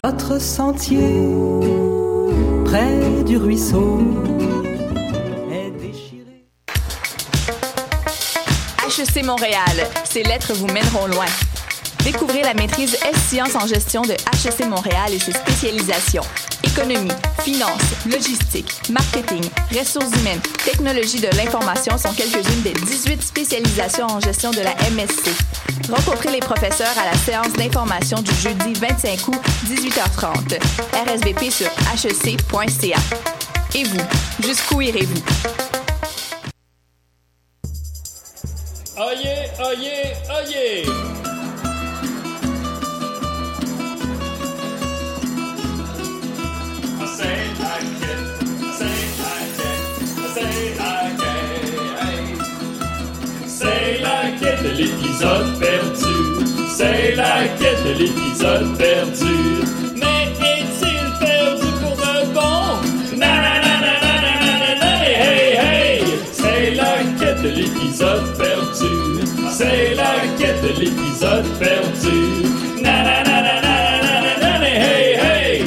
Notre sentier près du ruisseau est déchiré. HEC Montréal, ces lettres vous mèneront loin. Découvrez la maîtrise S-Sciences en gestion de HEC Montréal et ses spécialisations. Économie, finance, logistique, marketing, ressources humaines, technologie de l'information sont quelques-unes des 18 spécialisations en gestion de la MSC. Rencontrez les professeurs à la séance d'information du jeudi 25 août, 18h30. RSVP sur hec.ca. Et vous, jusqu'où irez-vous? Oyez, oyez, oyez! C'est la quête de l'épisode perdu. C'est la quête de l'épisode perdu. Mais est-il perdu pour de bon? Na na na na na na na na hey hey. C'est la quête de l'épisode perdu. C'est la quête de l'épisode perdu. Na na na na na na na na hey hey.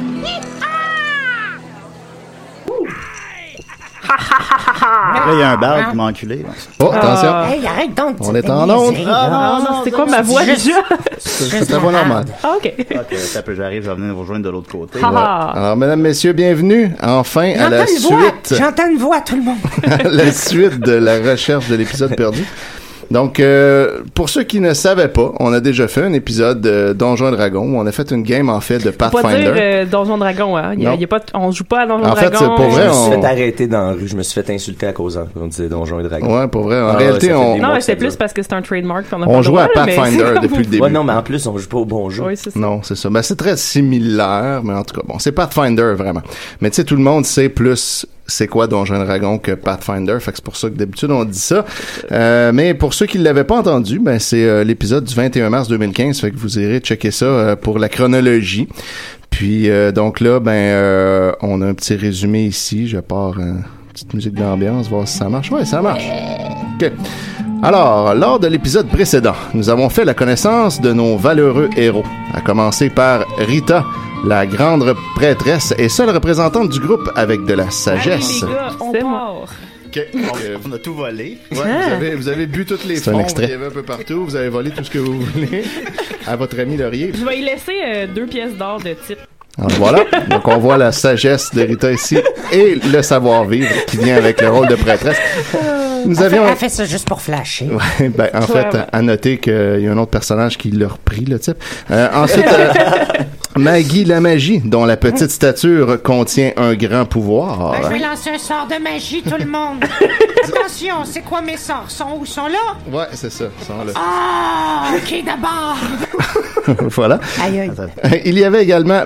Là, il y a un barde qui m'a enculé. Oh, attention. Hey, arrête donc. On est en onde. Non, c'est quoi ma voix déjà? C'est ta voix normale. Ah, OK. Ok, ça peut, j'arrive, je vais venir vous rejoindre de l'autre côté. Alors, mesdames, messieurs, bienvenue enfin à la suite. J'entends une voix, tout le monde. La suite de la recherche de l'épisode perdu. Donc, pour ceux qui ne savaient pas, on a déjà fait un épisode de Donjons et Dragons où on a fait une game, en fait, de Pathfinder. Faut pas dire Donjons et Dragons, hein. On joue pas à Donjons et Dragons. En fait, c'est pour vrai, je me suis fait arrêter dans la rue. Je me suis fait insulter à cause qu'on disait Donjons et Dragons. Ouais, pour vrai. En réalité, Non, c'est plus parce que c'est un trademark qu'on a on jouait à Pathfinder depuis le début. Ouais, non, mais en plus, on joue pas au bon jeu. Oui, c'est ça. Non, c'est ça. Ben, c'est très similaire, mais en tout cas, bon, c'est Pathfinder, vraiment. Mais tu sais, tout le monde sait plus c'est quoi Donjons et Dragons que Pathfinder, fait que c'est pour ça que d'habitude on dit ça. Mais pour ceux qui l'avaient pas entendu, ben c'est l'épisode du 21 mars 2015, fait que vous irez checker ça pour la chronologie. Puis donc là, on a un petit résumé ici. Je pars petite musique d'ambiance, voir si ça marche. Ouais, ça marche. OK. Alors, lors de l'épisode précédent, nous avons fait la connaissance de nos valeureux héros, à commencer par Rita, la grande prêtresse et seule représentante du groupe avec de la sagesse. Allez, les gars, on part. OK, on a tout volé. Ouais, vous avez bu toutes les fonds qu'il y avait un peu partout, vous avez volé tout ce que vous voulez à votre ami Laurier. Je vais y laisser 2 pièces d'or de type. Alors voilà, donc on voit la sagesse de Rita ici et le savoir-vivre qui vient avec le rôle de prêtresse. Nous avions... Elle fait ça juste pour flasher. Ouais, en fait, à noter qu'il y a un autre personnage qui l'a repris, le type. Ensuite, Maggie la magie, dont la petite stature contient un grand pouvoir. Je vais lancer un sort de magie, tout le monde. Attention, c'est quoi mes sorts? Sont où? Sont là? Ouais, c'est ça, sont là. Ah, OK, d'abord. Voilà. Aïe, aïe. Il y avait également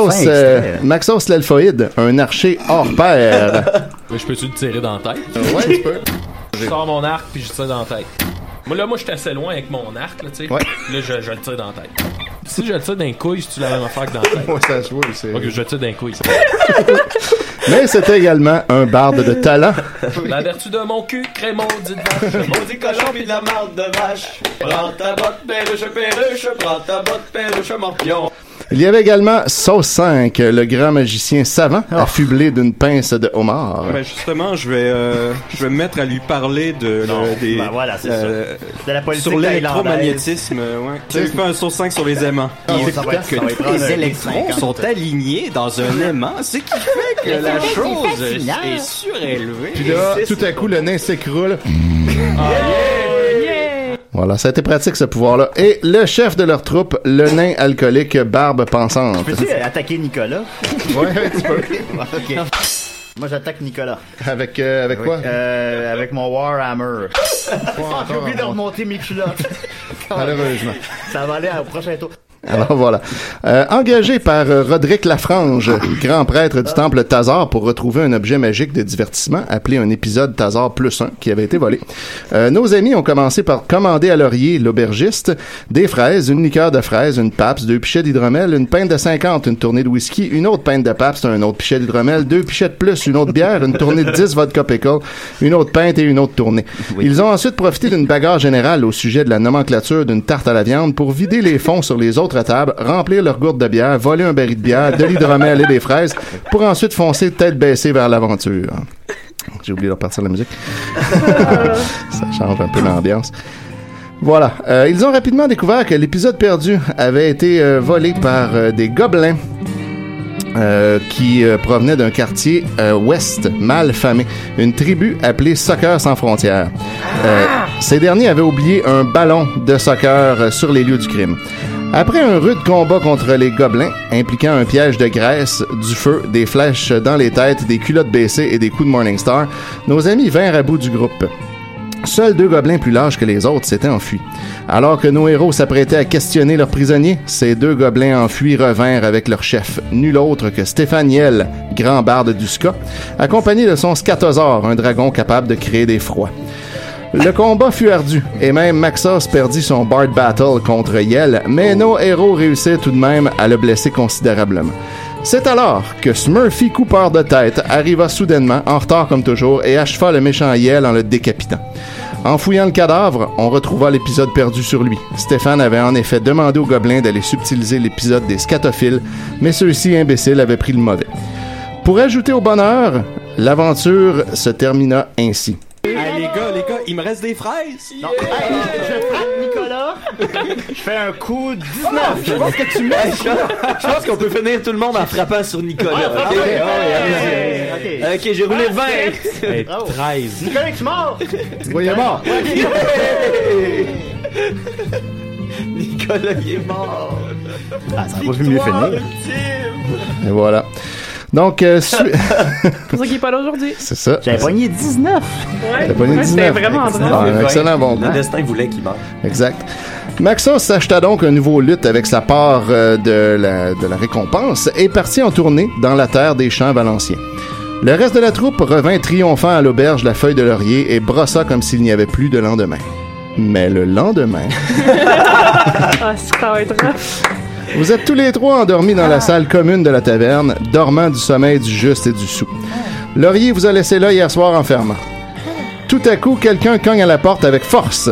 Maxos l'Elphoïde, un archer hors pair. Je peux-tu le tirer dans la tête? Ouais, tu peux. Je sors mon arc puis je tire dans la tête. Moi, je suis assez loin avec mon arc, là, tu sais. Ouais. Là, je le tire dans la tête. Si je le tire d'un couille, c'est-tu la même affaire que dans la tête? Ouais, ça se voit, c'est... Ok, je le tire d'un couille. Mais c'était également un barde de talent. La vertu de mon cul crée maudite vache. Maudit cochon pis de la marde de vache. Prends ta botte, perruche, prends ta botte, perruche, morpion. Il y avait également Sauce 5, le grand magicien savant, affublé d'une pince de homard. Ben justement, je vais me mettre à lui parler des voilà, c'est ça. De la politique sur l'électromagnétisme, ouais. J'ai fait un Sauce 5 sur les aimants. Les électrons sont alignés dans un aimant, ce qui fait que la chose est surélevée. Puis là, tout à coup, le nain s'écroule. Voilà, ça a été pratique ce pouvoir-là. Et le chef de leur troupe, le nain alcoolique Barbe Pensante. Peux-tu attaquer Nicolas? Ouais, tu peux. OK. Moi, j'attaque Nicolas. Avec quoi? Avec mon Warhammer. J'ai oublié de remonter mes culottes. Malheureusement. Ça va aller au prochain tour. Alors voilà. Engagé par Roderick Lafrange, grand prêtre du temple Thazar, pour retrouver un objet magique de divertissement appelé un épisode Thazar +1 qui avait été volé. Nos amis ont commencé par commander à Laurier, l'aubergiste, des fraises, une liqueur de fraises, une Pabst, 2 pichets d'hydromel, une pinte de 50, une tournée de whisky, une autre pinte de Pabst, un autre pichet d'hydromel, 2 pichets de plus, une autre bière, une tournée de 10 vodka pickle, une autre pinte et une autre tournée. Oui. Ils ont ensuite profité d'une bagarre générale au sujet de la nomenclature d'une tarte à la viande pour vider les fonds sur les autres autre table, remplir leur gourde de bière, voler un baril de bière, de l'hydromel et des fraises, pour ensuite foncer tête baissée vers l'aventure. J'ai oublié de repartir la musique. Ça change un peu l'ambiance. Voilà. Ils ont rapidement découvert que l'épisode perdu avait été volé par des gobelins qui provenaient d'un quartier ouest mal famé, une tribu appelée Soccer sans frontières. Ces derniers avaient oublié un ballon de soccer sur les lieux du crime. Après un rude combat contre les gobelins, impliquant un piège de graisse, du feu, des flèches dans les têtes, des culottes baissées et des coups de Morningstar, nos amis vinrent à bout du groupe. Seuls 2 gobelins plus larges que les autres s'étaient enfuis. Alors que nos héros s'apprêtaient à questionner leurs prisonniers, ces 2 gobelins enfuis revinrent avec leur chef, nul autre que Stéphane Yell, grand barde du ska, accompagné de son scatosaure, un dragon capable de créer des froids. Le combat fut ardu, et même Maxos perdit son Bard Battle contre Yell, mais nos héros réussirent tout de même à le blesser considérablement. C'est alors que Smurfy coupeur de tête arriva soudainement, en retard comme toujours, et acheva le méchant Yell en le décapitant. En fouillant le cadavre, on retrouva l'épisode perdu sur lui. Stéphane avait en effet demandé aux gobelins d'aller subtiliser l'épisode des scatophiles, mais ceux-ci imbéciles avaient pris le mauvais. Pour ajouter au bonheur, l'aventure se termina ainsi. Hey, les gars, il me reste des fraises. Non. Hey, je frappe Nicolas. Je fais un coup 19. Je pense que tu mets. Je pense qu'on peut finir tout le monde en frappant sur Nicolas. Ok, j'ai roulé 20. Hey, 13. Nicolas, es-tu mort? Oui, il est mort. Nicolas, il est mort. Ah, ça va pas mieux finir. Et voilà. Donc, c'est pour ça qu'il est pas là aujourd'hui. C'est ça. J'avais pogné 19. Ouais, T'as pogné 19. C'était vraiment drôle. Un excellent bon coup. Le destin voulait qu'il meure. Exact. Maxos s'acheta donc un nouveau luth avec sa part de la récompense et partit en tournée dans la terre des champs valenciens. Le reste de la troupe revint triomphant à l'auberge La Feuille de Laurier et brossa comme s'il n'y avait plus de lendemain. Mais le lendemain... Ah, ça va être rough. Vous êtes tous les 3 endormis dans la salle commune de la taverne, dormant du sommeil du juste et du sou. Laurier vous a laissé là hier soir en fermant. Tout à coup, quelqu'un cogne à la porte avec force.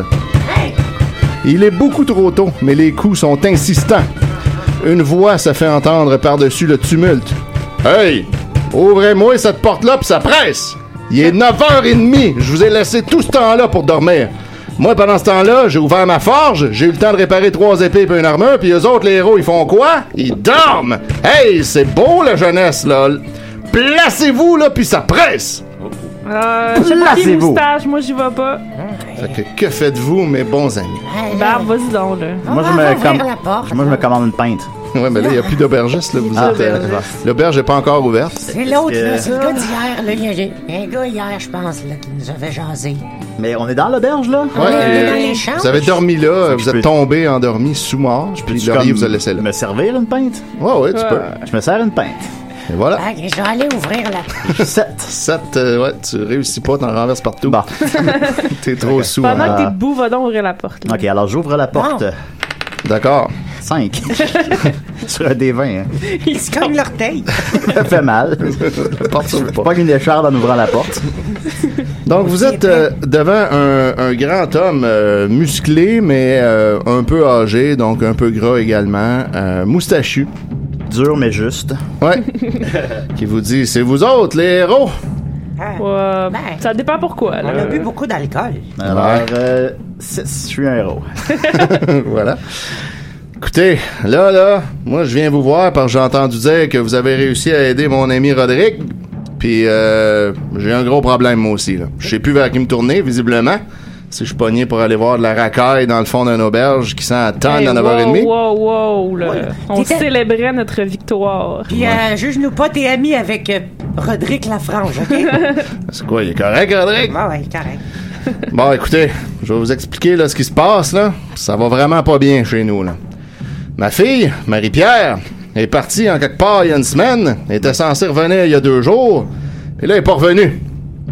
Il est beaucoup trop tôt, mais les coups sont insistants. Une voix se fait entendre par-dessus le tumulte. « Hey! Ouvrez-moi cette porte-là pis ça presse! Il est 9h30! Je vous ai laissé tout ce temps-là pour dormir! Moi, pendant ce temps-là, j'ai ouvert ma forge, j'ai eu le temps de réparer 3 épées et une armure, puis eux autres, les héros, ils font quoi? Ils dorment! Hey, c'est beau, la jeunesse, là! Placez-vous, là, puis ça presse! Je sais pas qui moustache, moi j'y vais pas. Fait que faites-vous, mes bons amis? Barbe, vas-y donc, là. Moi, je me commande une pinte. Ouais, mais là, il n'y a plus d'aubergiste, là. Vous êtes, l'auberge n'est pas encore ouverte. C'est l'autre, là. C'est le gars d'hier, là. Il y a un gars hier, je pense, là, qui nous avait jasé. Mais on est dans l'auberge, là? On est dans les champs. Vous avez dormi là, vous êtes tombé endormi sous marge, puis Laurier vous a laissé là. Me servir une pinte? Ouais, tu peux. Je me sers une pinte. Et voilà. Ah, je vais aller ouvrir la... 7, ouais, tu réussis pas, t'en renverses partout. Bon. T'es trop sous. Pendant que t'es debout, va donc ouvrir la porte. Là. Ok, alors j'ouvre la porte. Bon. D'accord. 5. Sur un des 20. Hein. Ils se cognent l'orteil. Ça fait mal. Pas une écharde en ouvrant la porte. Donc, vous êtes devant un grand homme musclé, mais un peu âgé, donc un peu gras également, moustachu. Dur, mais juste. Ouais. Qui vous dit, c'est vous autres, les héros? Ça dépend pourquoi. Là. On a bu beaucoup d'alcool. Alors, 6, je suis un héros. Voilà. Écoutez, là, moi, je viens vous voir parce que j'ai entendu dire que vous avez réussi à aider mon ami Roderick. Puis, j'ai un gros problème, moi aussi, là. Je sais plus vers qui me tourner, visiblement. Si je suis pogné pour aller voir de la racaille dans le fond d'une auberge qui sent à tonne à 9h30. Wow, là. On célébrait notre victoire. Puis, juge-nous pas, t'es ami avec Roderick Lafrange, OK? C'est quoi, il est correct, Roderick? Ouais, correct. Bon, écoutez, je vais vous expliquer là ce qui se passe, là. Ça va vraiment pas bien chez nous, là. Ma fille, Marie-Pierre, est partie en quelque part il y a une semaine. Elle était censée revenir il y a 2 jours. Et là, elle est pas revenue.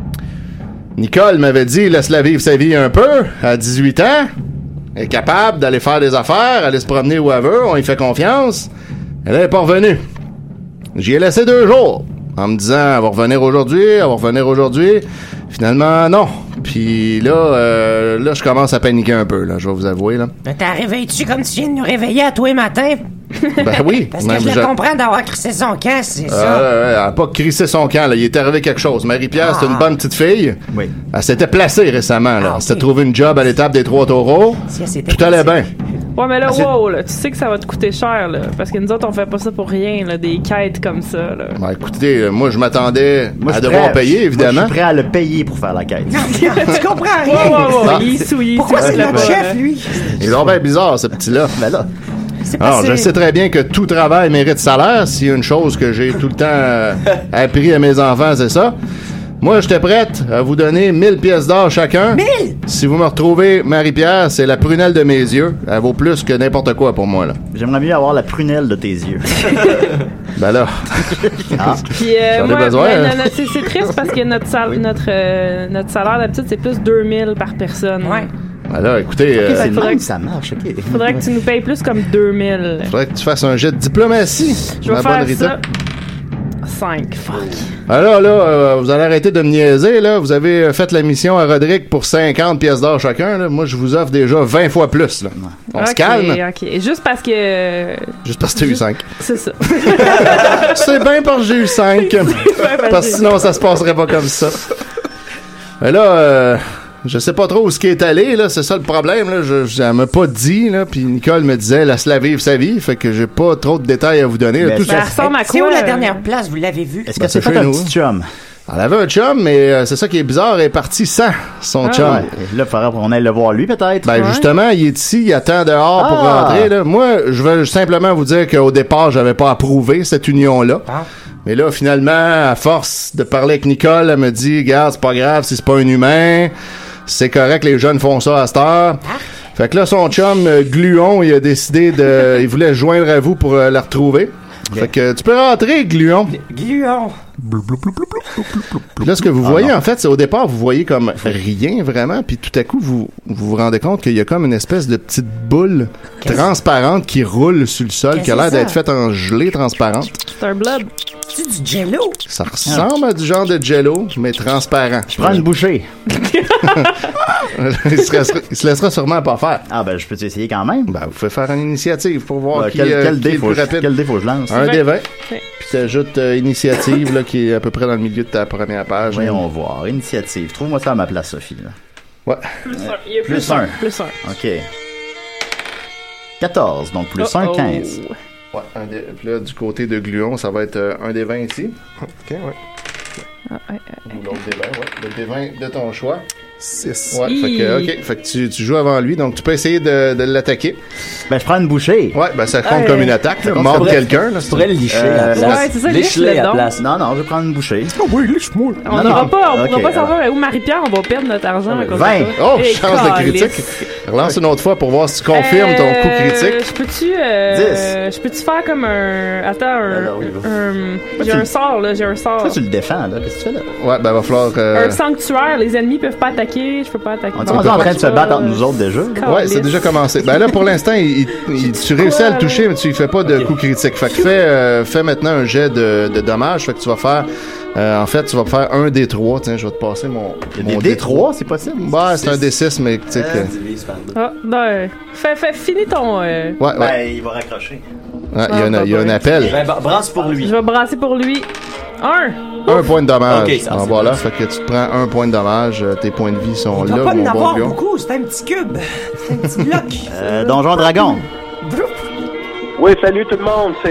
Nicole m'avait dit, laisse-la vivre sa vie un peu, à 18 ans. Elle est capable d'aller faire des affaires, aller se promener où elle veut, on y fait confiance. Elle est pas revenue. J'y ai laissé 2 jours, en me disant, elle va revenir aujourd'hui. Finalement, non. Puis Puis là, je commence à paniquer un peu, là, je vais vous avouer, là. Mais t'as réveillé-tu comme tu viens de nous réveiller à tous les matins? Ben oui. Parce que je le comprends d'avoir crissé son camp, c'est ça. Elle a pas crissé son camp, là. Il est arrivé quelque chose. Marie-Pierre, c'est une bonne petite fille. Oui. Elle s'était placée récemment, là. Ah, Elle s'était trouvé une job à l'étape des 3 taureaux. Tout allait bien. Ouais, mais là, wow, là, tu sais que ça va te coûter cher, là. Parce que nous autres, on fait pas ça pour rien, là. Des quêtes comme ça, là. Ben, écoutez, moi, je m'attendais à devoir payer, évidemment. Moi, je suis prêt à le payer pour faire la quête. Tu comprends rien? Ouais. Pourquoi c'est notre chef, lui? Il est donc bien bizarre, ce petit-là. Ben là. Alors, je sais très bien que tout travail mérite salaire. S'il y a une chose que j'ai tout le temps appris à mes enfants, c'est ça. Moi, j'étais prête à vous donner 1000 pièces d'or chacun. 1000? Si vous me retrouvez, Marie-Pierre, c'est la prunelle de mes yeux. Elle vaut plus que n'importe quoi pour moi, là. J'aimerais mieux avoir la prunelle de tes yeux. Ben là. Puis J'en ai moi, besoin, hein. c'est triste parce que notre salaire d'habitude, c'est plus 2000 par personne. Ouais. Ben là, écoutez... C'est le même que ça marche, OK. Faudrait que tu nous payes plus comme 2000. Faudrait que tu fasses un jet de diplomatie. Je vais ma faire bonne Rita. ça. 5, fuck. Alors là, vous allez arrêter de me niaiser, là. Vous avez fait la mission à Roderick pour 50 pièces d'or chacun, là. Moi, je vous offre déjà 20 fois plus, là. On se calme. OK. Juste parce que... Juste parce que t'as eu 5. C'est ça. C'est bien parce que j'ai eu 5. Parce que sinon, ça se passerait pas comme ça. Mais là, je sais pas trop où ce qui est allé, là. C'est ça le problème, là. Elle m'a pas dit, là. Puis Nicole me disait, laisse-la vivre sa vie. Fait que j'ai pas trop de détails à vous donner. Là. Tout ça ressemble à quoi? C'est où la dernière place? Vous l'avez vu? Est-ce que c'est pas un petit chum? Elle avait un chum, mais c'est ça qui est bizarre. Elle est partie sans son chum. Ouais. Là, il faudrait qu'on aille le voir lui, peut-être. Ben, justement, il est ici, il attend dehors pour rentrer, là. Moi, je veux simplement vous dire qu'au départ, j'avais pas approuvé cette union-là. Mais là, finalement, à force de parler avec Nicole, elle me dit, regarde, c'est pas grave si c'est pas un humain. C'est correct, les jeunes font ça à cette heure. Fait que là, son chum, Gluon, il a décidé de... il voulait se joindre à vous pour la retrouver. Okay. Fait que tu peux rentrer, Gluon. Gluon. Puis là, ce que vous voyez, en fait, c'est au départ, vous voyez comme rien, vraiment. Puis tout à coup, vous rendez compte qu'il y a comme une espèce de petite boule transparente qui roule sur le sol, qui a l'air d'être faite en gelée transparente. C'est un blob. C'est du jello? Ça ressemble à du genre de jello, mais transparent. Je prends une bouchée. il se laissera sûrement pas faire. Ah, ben, je peux essayer quand même. Ben, vous pouvez faire une initiative pour voir quel dé est le plus rapide. Quel dé faut que je lance? Un des 20. Puis t'ajoutes initiative, là, qui est à peu près dans le milieu de ta première page. Voyons voir. Initiative. Trouve-moi ça à ma place, Sophie, là. Ouais. Il y a plus 1. Plus 1. OK. 14, donc plus 1, 15. Ouais, puis là, du côté de Gluon, ça va être un des 20 ici. OK, ouais. Ou l'autre des 20, ouais. Le des 20 de ton choix. 6. Ouais, fait que tu joues avant lui, donc tu peux essayer de l'attaquer. Ben, je prends une bouchée. Ouais, ben, ça compte comme une attaque, mordre quelqu'un, là. Tu pourrais le licher à la place. Ouais, c'est ça, liche-le à la place. Non, je vais prendre une bouchée. Oh oui, liche-moi. On pourra pas savoir où Marie-Pierre, on va perdre notre argent. 20. Oh, chance de critique. Relance une autre fois pour voir si tu confirmes ton coup critique. Je peux-tu faire comme un... Attends, j'ai un sort, là, Ça, tu le défends, là. Qu'est-ce que tu fais, là? Ouais, ben, va falloir... Un sanctuaire, les ennemis peuvent pas attaquer, je peux pas attaquer. On est en train de se battre entre nous autres déjà. Ouais, c'est déjà commencé. Ben là, pour l'instant, tu réussis à le toucher, mais tu lui fais pas de coup critique. Fait que fais maintenant un jet de dommages. Fait que tu vas faire... en fait, tu vas faire un des 3. Tiens, je vais te passer mon D3, c'est possible? Ouais, c'est un D6, mais tu sais que... Ah, ben... Finis ton... Ouais. Ben, il va raccrocher. Il y a un appel. Ben, brasse pour lui. Je vais brasser pour lui. 1 point de dommage. Okay, voilà, fait que tu te prends 1 point de dommage. Tes points de vie sont là, pas mon en bon avoir gars. beaucoup, c'est un petit cube. C'est un petit bloc. Donjon Dragon. Oui, salut tout le monde. C'est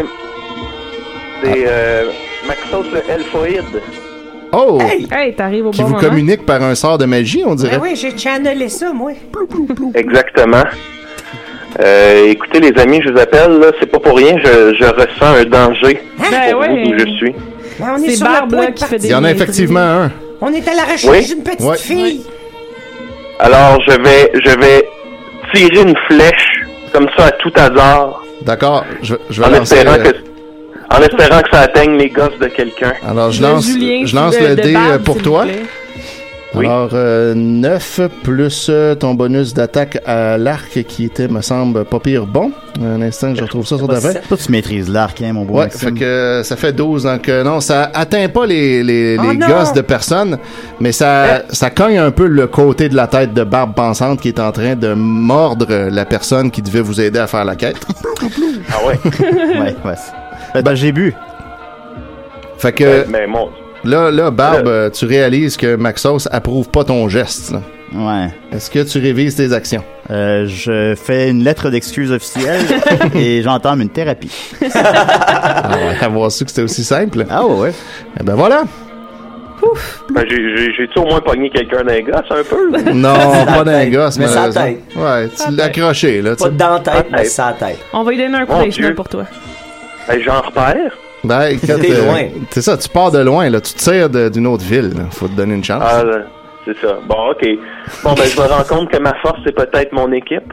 Maxos le Elfoïde. Oh! Hey, t'arrives au qui bon vous moment. communique par un sort de magie, on dirait. Ben oui, j'ai channelé ça, moi. Exactement. Écoutez, les amis, je vous appelle, là, c'est pas pour rien, je ressens un danger pour vous où je suis. Ben, on est sur la pointe qui fait des... Il y en a effectivement un. On est à la recherche d'une petite fille. Alors, je vais tirer une flèche, comme ça, à tout hasard. D'accord, je vais en lancer... En espérant que ça atteigne les gosses de quelqu'un. Alors, je lance le dé pour toi. Oui. Alors, 9 plus ton bonus d'attaque à l'arc qui était, me semble, pas pire bon. Un instant que je retrouve ça sur ta feuille. Toi, tu maîtrises l'arc, hein, mon beau Ouais, Maxime. fait que ça fait 12. Donc, non, ça atteint pas les non! gosses de personne, mais ça cogne un peu le côté de la tête de Barbe Pensante qui est en train de mordre la personne qui devait vous aider à faire la quête. Ah ouais? Ouais. Ben, j'ai bu. Fait que... Mais mon... Là, Barbe, tu réalises que Maxos approuve pas ton geste. Là. Ouais. Est-ce que tu révises tes actions? Je fais une lettre d'excuse officielle et j'entame une thérapie. Avoir su que c'était aussi simple. Ah ouais. Eh ben voilà. Ouf. Ben, j'ai-tu au moins pogné quelqu'un d'un gosse un peu? Non, pas d'un gosse, mais ça malheureusement. tête. Ouais, tu l'as accroché, là. Pas dans la tête, mais ça tête. On va lui donner un coup Mon d'un chemin Dieu. pour toi. Ben, j'en repère. Ben, écoute, T'es loin. c'est ça, tu pars de loin, là. Tu tires d'une autre ville, là. Faut te donner une chance. Ah, là, c'est ça. Bon, OK. Bon, ben, je me rends compte que ma force, c'est peut-être mon équipe.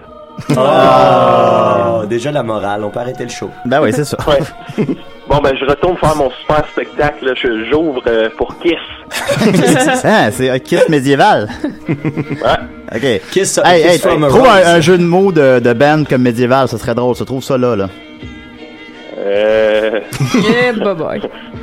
Oh, déjà la morale, on peut arrêter le show. Ben oui, c'est ça. Ouais. Bon, ben, je retourne faire mon super spectacle. Là. J'ouvre pour Kiss. Ah, c'est un kiss médiéval. Ouais. OK. Kiss, Hey, kiss from a trouve rose. un jeu de mots de band comme médiéval, ça serait drôle. Ça trouve ça là. Yeah, bye-bye.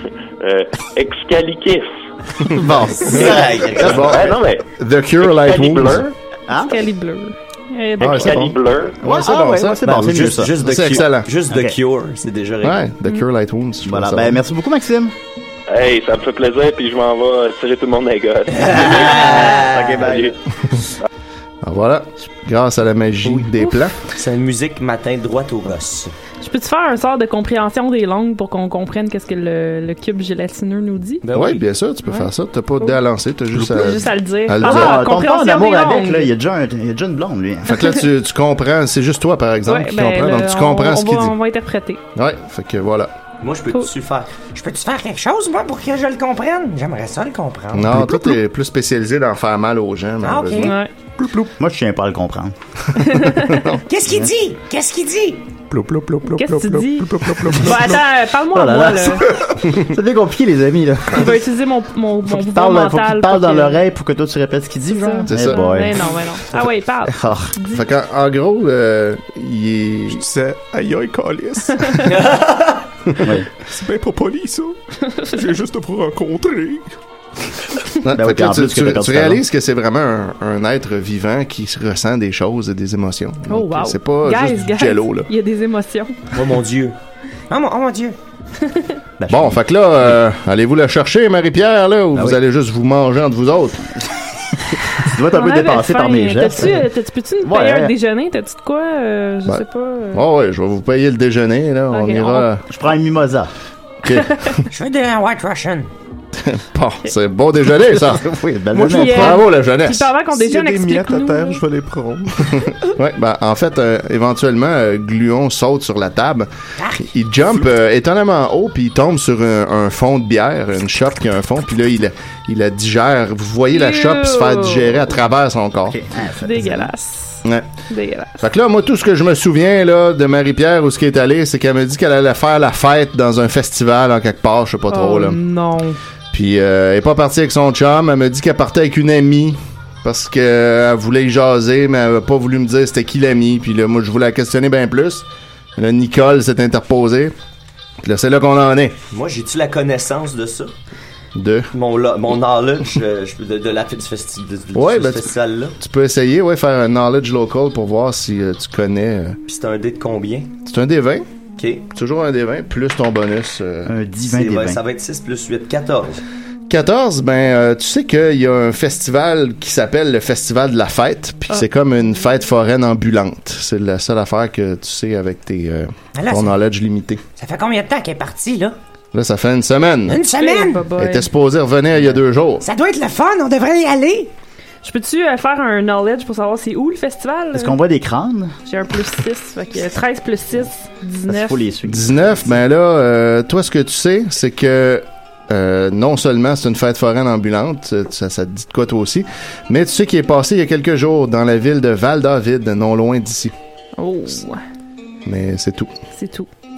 Excalikiss. Bon. C'est bon. Ouais, non, mais... The Cure Light Wounds. Hein? Excalibur. Eh, Ah, c'est bon. Excalibur. Ouais, c'est bon, ça. c'est bon, c'est mieux ça. C'est excellent. Juste Ok. The Cure, c'est déjà réglé. Ouais, The Cure Light Wounds. je Voilà, trouve ça ben bon. merci beaucoup Maxime. Hey, ça me fait plaisir, puis je m'en vais tirer tout le monde dans les gosses. OK, bye. Salut. Alors voilà, grâce à la magie des plans. C'est une musique matin droite au gosse. Je peux-tu faire un sort de compréhension des langues pour qu'on comprenne qu'est-ce que le cube gélatineux nous dit? Ben Ouais, oui. bien sûr, tu peux faire ça. T'as pas de dé à lancer, t'as juste à... Juste à le dire. à le Ah, dire. tombe pas en compréhension amour des avec, langues. là. Il y a déjà une blonde, lui. Fait que là, tu comprends, c'est juste toi, par exemple, Ouais, qui ben, comprends, donc tu comprends ce qu'il dit. On va interpréter. Ouais, fait que voilà. Moi, je peux-tu faire? Je peux-tu faire quelque chose, moi, pour que je le comprenne? J'aimerais ça le comprendre. Non, toi, t'es plus spécialisé dans faire mal aux gens, Ah, ok. malheureusement. Ouais. Moi, je tiens pas à le comprendre. Qu'est-ce qu'il dit? Qu'est-ce qu'il dit? Qu'est-ce que tu dis? Bon, attends, parle-moi Oh à là moi, là. là. Ça devient compliqué, les amis, là. Il va utiliser mon Faut pouvoir qu'il parle, mental. faut qu'il parle pour dans que- l'oreille pour que toi, tu répètes ce qu'il dit, genre. C'est Eh ça. boy. Mais non. Ah ouais, parle. Ah. Fait qu'en en gros, il est... Je disais, aïe aïe, calice. Ouais. C'est bien pas poli, ça. J'ai juste à vous rencontrer. Ouais, Ben fait oui, que là, en plus, que t'as perdu tu réalises que c'est vraiment un être vivant qui ressent des choses et des émotions. Oh, Donc, wow. c'est pas juste du Guys, jello, là. il y a des émotions. Oh mon Dieu. Oh mon Dieu. Bon, fait que là, allez-vous la chercher, Marie-Pierre, là, ou Ben vous oui. allez juste vous manger entre vous autres? Tu dois être un peu On avait dépassé par faim. mes gestes. Peux-tu nous payer Ouais. un déjeuner? T'as-tu de quoi? Je Ben, sais pas. Oh ouais, je vais vous payer le déjeuner, là. On Ok, ira... Je prends un mimosa. OK. Je veux des White Russian. Bon, c'est bon déjeuner, ça. Oui, belle Moi, journée. Puis, Bravo, la Puis jeunesse. pendant qu'on S'il y a déjeune, des miettes à explique-nous. terre, je vais les prendre. Ouais, ben, en fait, éventuellement, Gluon saute sur la table. Il jump étonnamment haut, puis il tombe sur un fond de bière, une chope qui a un fond, puis là, il la digère. Vous voyez la chope se faire digérer à travers son corps. Ok. Ah, ça- Dégueulasse. Ouais. Dégueulasse. Fait que là, moi, tout ce que je me souviens là de Marie-Pierre où ce qui est allé, c'est qu'elle me dit qu'elle allait faire la fête dans un festival en quelque part, je sais pas trop, Oh là. non. Puis elle est pas partie avec son chum, elle me dit qu'elle partait avec une amie parce qu'elle voulait y jaser, mais elle a pas voulu me dire c'était qui l'amie. Puis là, moi, je voulais la questionner bien plus. Là, Nicole s'est interposée. Puis là, c'est là qu'on en est. Moi, j'ai-tu la connaissance de ça? De. Mon knowledge de la fête du Ouais, ben, festival-là. Tu peux essayer, ouais, faire un knowledge local pour voir si tu connais. Puis c'est un dé de combien? C'est un des 20. OK. Toujours un des 20, plus ton bonus. Un 10, 20 des 20. Ça va être 6 plus 8, 14. 14, ben, tu sais qu'il y a un festival qui s'appelle le Festival de la Fête, puis c'est comme une fête foraine ambulante. C'est la seule affaire que tu sais avec là, ton ça- knowledge limité. Ça fait combien de temps qu'elle est partie, là? Là, ça fait une semaine. Une semaine? Elle était supposée revenir il y a 2 jours. Ça doit être le fun, on devrait y aller. Je peux-tu faire un knowledge pour savoir c'est où le festival? Est-ce qu'on voit des crânes? J'ai un plus 6, fait que 13 plus 6, 19. Faut les suivre. 19, ben là, toi, ce que tu sais, c'est que non seulement c'est une fête foraine ambulante, ça te dit de quoi toi aussi, mais tu sais qu'il est passé il y a quelques jours dans la ville de Val-David, non loin d'ici. Oh, Mais c'est tout. c'est tout.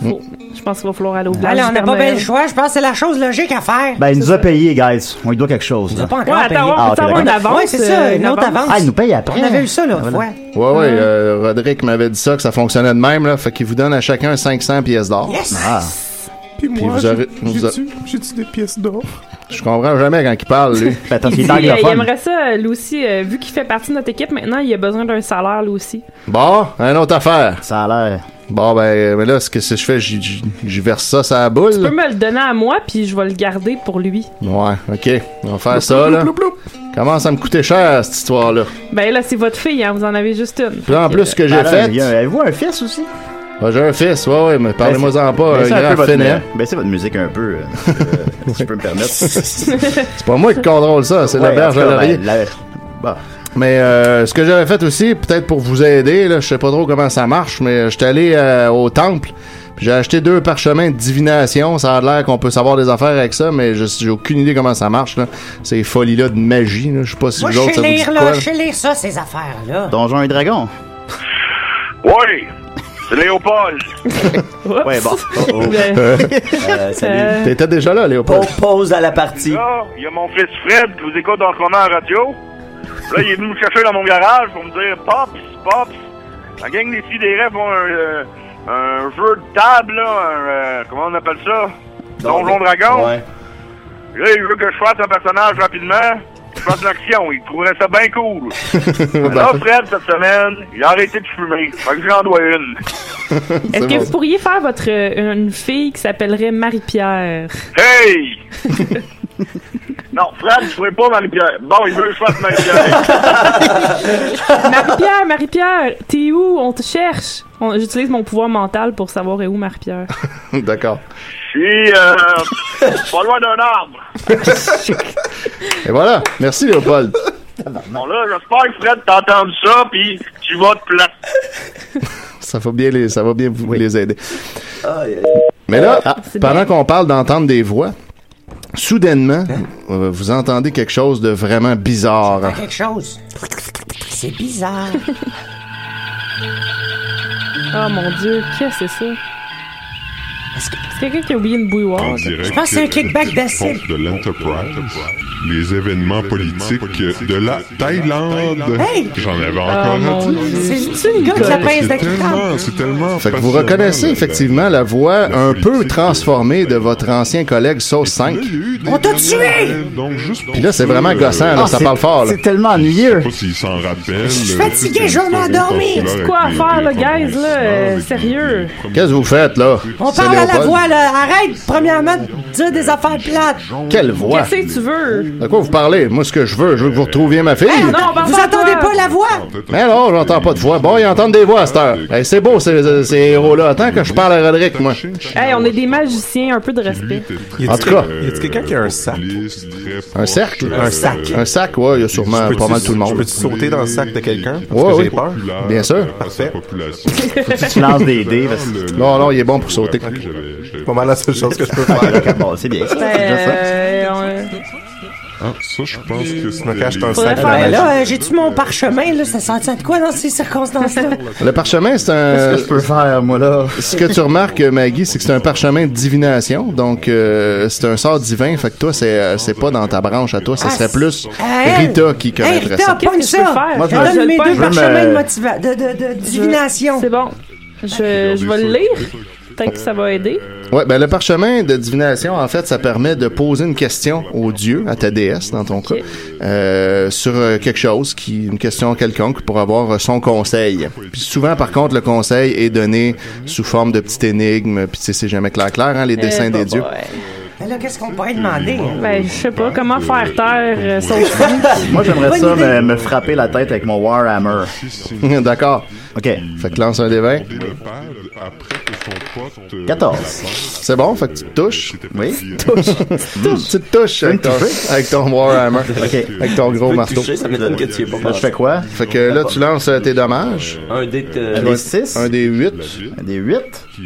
Je pense qu'il va falloir aller au village. Allez, on du n'a Père pas bien Noël. le choix. Je pense que c'est la chose logique à faire. Ben, il nous a payé, guys. On lui doit quelque chose. Il nous là. a pas encore Ouais, payé. attends, on peut avoir une avance. Ouais, c'est ça, une autre avance. Ah, il nous paye après. On avait eu ça l'autre fois. Ouais, Roderick m'avait dit ça, que ça fonctionnait de même, là. Fait qu'il vous donne à chacun 500 pièces d'or. Yes! Ah. Puis moi, vous aurez- j'ai-tu des pièces d'or? Je comprends jamais quand il parle, lui. Attends, Il, dit, il aimerait ça, lui aussi, vu qu'il fait partie de notre équipe, maintenant, il a besoin d'un salaire, lui aussi. Bon, une autre affaire. Ça a l'air. Bon, ben, mais là, ce que si je fais, j'y verse ça sur la boule. Tu peux me le donner à moi, puis je vais le garder pour lui. Ouais, ok. On va faire ça, là. Commence à me coûter cher, cette histoire-là. Ben là, c'est votre fille, hein, vous en avez juste une. Puis là, en plus, ce que j'ai fait... Avez-vous un fils aussi? Ben, j'ai un fils, ouais, mais parlez-moi-en pas, Baissez un peu grand votre fainéant. Baissez votre musique un peu, si je peux me permettre. C'est pas moi qui contrôle ça, c'est la Ouais, berge en à tout cas, l'oreiller. Bon. Mais ce que j'avais fait aussi, peut-être pour vous aider, là, je sais pas trop comment ça marche, mais j'étais allé au temple, puis j'ai acheté 2 parchemins de divination. Ça a l'air qu'on peut savoir des affaires avec ça, mais j'ai aucune idée comment ça marche, là. Ces folies-là de magie, là. Je sais pas si Moi, vous autres, ça vous dit quoi, là. je sais lire ça, ces affaires-là. Donjons et Dragons. Oui, c'est Léopold. Ouais, bon. Salut. T'étais déjà là, Léopold. Pause à la partie. Là, il y a mon fils Fred qui vous écoute en ce moment à la radio. Là, il est venu me chercher dans mon garage pour me dire « Pops, la gang des filles des rêves ont un jeu de table, là, comment on appelle ça? Donjon Dragon. Ouais. Là, il veut que je fasse un personnage rapidement. Je fasse l'action, il trouverait ça bien cool. Là, Fred, cette semaine, il a arrêté de fumer. Fait que j'en dois une. Est-ce que vous pourriez faire une fille qui s'appellerait Marie-Pierre? Hey! Non, Fred, je ferai pas Marie-Pierre. Bon, il veut que je fasse Marie-Pierre. Marie-Pierre, t'es où? On te cherche. J'utilise mon pouvoir mental pour savoir où Marie-Pierre. D'accord. Je suis pas loin d'un arbre. Et voilà. Merci, Léopold. Bon, là, j'espère que Fred t'a entendu ça, pis tu vas te placer. Ça va bien vous les aider. Mais là, pendant qu'on parle d'entendre des voix, soudainement, vous entendez quelque chose de vraiment bizarre. Quelque chose. C'est bizarre. Oh mon Dieu, qu'est-ce que c'est ça? C'est quelqu'un qui a oublié une bouilloire. Je pense que c'est un kickback d'acide. De l'Enterprise, les événements politiques de la Thaïlande. Hey! J'en avais encore à dire. C'est une gars qui la pince de crabe. C'est tellement Fait que vous reconnaissez effectivement la voix un peu transformée de votre ancien collègue Sauce 5. On t'a tué! Puis là, c'est vraiment gossant, là, ça parle fort. Là. C'est tellement ennuyeux. Je sais pas s'il s'en rappelle. Je suis fatigué, je vais m'endormir. C'est quoi à faire, là, guys, là? Sérieux? Qu'est-ce que vous faites, là? On parle à la voix, là. Arrête, premièrement, de dire des affaires plates. Quelle voix? Qu'est-ce que tu veux? De quoi vous parlez? Moi, ce que je veux que vous retrouviez ma fille. Hey, vous entendez pas la voix? Mais non, j'entends pas de voix. Bon, ils entendent des voix à cette heure. Hey, c'est beau, ces héros-là. Attends que je parle à Roderick, moi. Hey, on est des magiciens, un peu de respect. En tout cas. Y a-t-il quelqu'un qui a un sac? Un cercle? Un sac. Un sac, ouais, il y a sûrement pas mal tout le monde. Peux-tu sauter dans le sac de quelqu'un? Ouais, oui. J'ai peur. Bien sûr. Parfait. Tu lances des dés. Non, il est bon pour sauter. Pas mal la seule chose que je peux faire. Bon, c'est bien ça. Ça, je pense que je me cache un Faudrait sac. faire, là, j'ai-tu mon parchemin, là? Ça sent de quoi dans ces circonstances-là? Le parchemin, c'est un... Qu'est-ce que je peux faire, moi, là? Ce que tu remarques, Maggie, c'est que c'est un parchemin de divination. Donc, c'est un sort divin. Fait que toi, c'est pas dans ta branche à toi. Ce serait plus Rita qui connaîtrait ça. Rita, pogne ça! Moi, je donne mes 2 parchemins de divination. C'est bon. Je vais le lire. Peut-être que ça va aider. Ouais, ben le parchemin de divination, en fait, ça permet de poser une question au dieu, à ta déesse, dans ton cas, sur quelque chose, une question quelconque pour avoir son conseil. Puis souvent, par contre, le conseil est donné sous forme de petite énigme, puis tu sais, c'est jamais clair, hein, les dessins des dieux. Mais là, qu'est-ce qu'on pourrait demander? Ben, je sais pas, comment faire taire Sauce 5? Moi, j'aimerais ça me frapper la tête avec mon Warhammer. D'accord. OK. Fait que lance un des 20. 14. C'est bon, fait que tu te touches. Oui. Tu te touches avec ton Warhammer. OK. Avec ton gros marteau. Ça m'étonne que tu y aies pas Là, je fais quoi? Fait que là, tu lances tes dommages. Un dé de... Un des 6. Un des 8. Un des 8.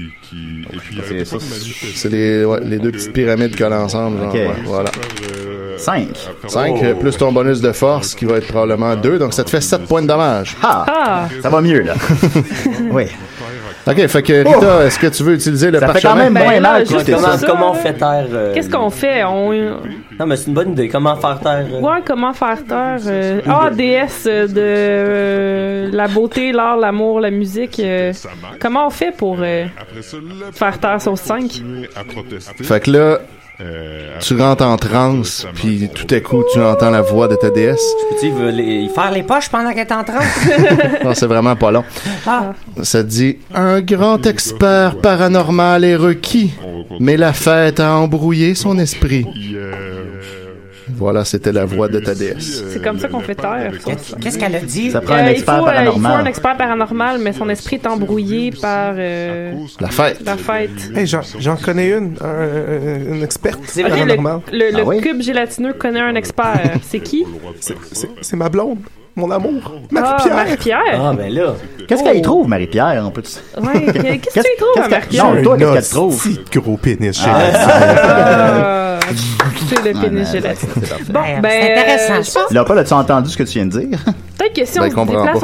C'est les 2 petites pyramides collées ensemble. Genre, okay. Voilà. 5. 5 plus ton bonus de force qui va être probablement 2. Donc ça te fait 7 points de dommage. Ça va mieux, là. Oui. OK, fait que Rita, est-ce que tu veux utiliser le Ça fait parchemin? quand même moins mal. Comment on fait taire... Qu'est-ce qu'on fait? Non, mais c'est une bonne idée. Comment faire taire... Ouais, comment faire taire? Déesse de la beauté, l'art, l'amour, la musique. Comment on fait pour faire taire sauce 5? Fait que là, tu rentres en transe, puis tout à coup, tu entends la voix de ta déesse. Tu veux Faire les poches pendant qu'elle est en transe? Non, c'est vraiment pas long. Ça te dit « Un grand expert paranormal est requis, mais la fête a embrouillé son esprit. » Voilà, c'était la voix de ta déesse. C'est comme ça qu'on fait taire. Qu'est-ce qu'elle a dit? Ça prend un expert paranormal. Il faut un expert paranormal, mais son esprit est embrouillé par... La fête. La fête. Hey, j'en connais une experte Okay, paranormale. Le cube gélatineux connaît un expert. C'est qui? C'est ma blonde. Mon amour, Marie-Pierre. Marie-Pierre? Ah, ben là. Qu'est-ce qu'elle y trouve, Marie-Pierre? On peut... Ouais, qu'est-ce que tu y trouves, Marie-Pierre? Non, toi, qu'est-ce qu'elle te trouve? Petit gros pénis C'est le pénis gélatineux. Bon, c'est intéressant, ça. Là, Paul, as-tu entendu ce que tu viens de dire? Peut-être que si on se déplace,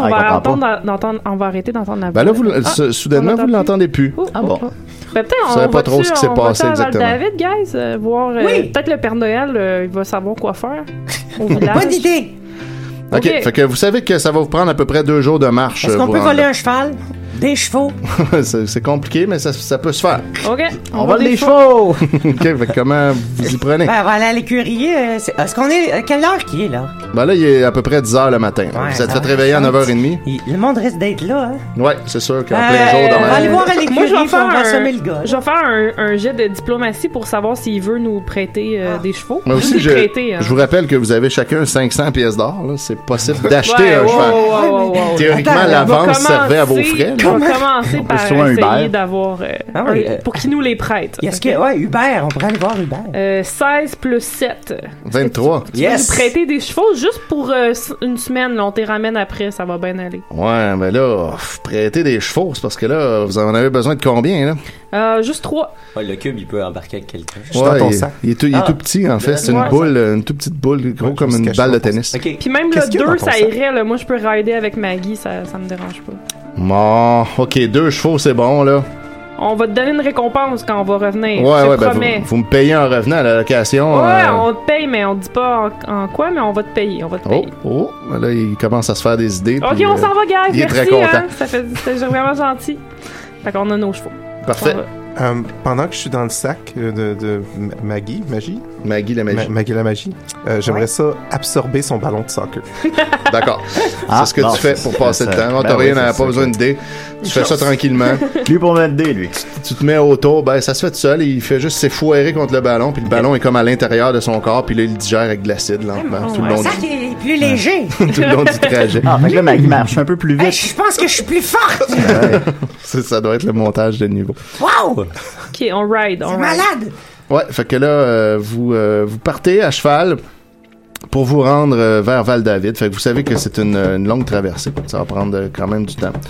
on va arrêter d'entendre la voix. Ben là, soudainement, vous ne l'entendez plus. Ah bon? Ben, peut-être on savez pas trop ce qui s'est passé exactement. David, guys, voir peut-être le Père Noël, il va savoir quoi faire au village. Bonne idée! OK, fait que vous savez que ça va vous prendre à peu près 2 jours de marche. Est-ce qu'on peut voler un cheval? Des chevaux? C'est compliqué, mais ça peut se faire. OK. On vole des chevaux! OK, fait que comment vous y prenez? Ben, on va aller à l'écurie. Est-ce qu'on est... À quelle heure qu'il est, là? Ben là, il est à peu près 10h le matin. Vous êtes fait réveiller à 9h30. Le monde risque d'être là, hein? Ouais, c'est sûr qu'en plein jour on va aller voir à l'écurie. Moi, je vais assommer le gars. Je vais faire un jet de diplomatie pour savoir s'il veut nous prêter des chevaux. Moi aussi, je vous rappelle que vous avez chacun 500 pièces d'or. C'est possible d'acheter un cheval. Théoriquement, la vente servait à vos frais. On va commencer par essayer d'avoir... pour qu'il nous les prête. Est-ce que... Ouais, Uber. On pourrait aller voir Uber. 16 plus 7. 23. Tu veux nous prêter des chevaux juste pour une semaine. Là, on te ramène après. Ça va bien aller. Ouais, mais là, prêter des chevaux, c'est parce que là, vous en avez besoin de combien, là? Juste 3. Ouais, le cube, il peut embarquer avec quelqu'un. Ouais, dans ton sac. Il est tout petit, en fait. C'est une boule, une toute petite boule, gros comme une balle de tennis. Puis même le 2, ça irait. Là. Moi, je peux rider avec Maggie. Ça me dérange pas. Bon, OK, 2 chevaux, c'est bon, là. On va te donner une récompense quand on va revenir. Ouais, ben vous me payez en revenant à la location. Ouais, on te paye, mais on te dit pas en quoi, mais on va te payer. On va te payer. Oh, là, il commence à se faire des idées. OK, puis, on s'en va, gars. Il est Merci, très content. hein. C'était vraiment gentil. Fait qu'on a nos chevaux. Parfait. Pendant que je suis dans le sac de Maggie la magie, j'aimerais ça absorber son ballon de soccer. D'accord. C'est ce que tu fais pour passer le temps. T'as rien, pas besoin d'idée. Tu fais ça tranquillement. Lui pour mettre dé, lui. Tu te mets autour, ben ça se fait tout seul. Il fait juste s'effoirer contre le ballon, puis le ballon est comme à l'intérieur de son corps, puis là il digère avec de l'acide lentement tout le long. Ça qui est plus léger. Tout le long du trajet. Fait que là, Maggie marche un peu plus vite. Je pense que je suis plus forte. Ça doit être le montage de niveau. Wow! OK, on ride. C'est malade! Ouais, fait que là, vous partez à cheval pour vous rendre vers Val-David. Fait que vous savez que c'est une longue traversée. Ça va prendre quand même du temps.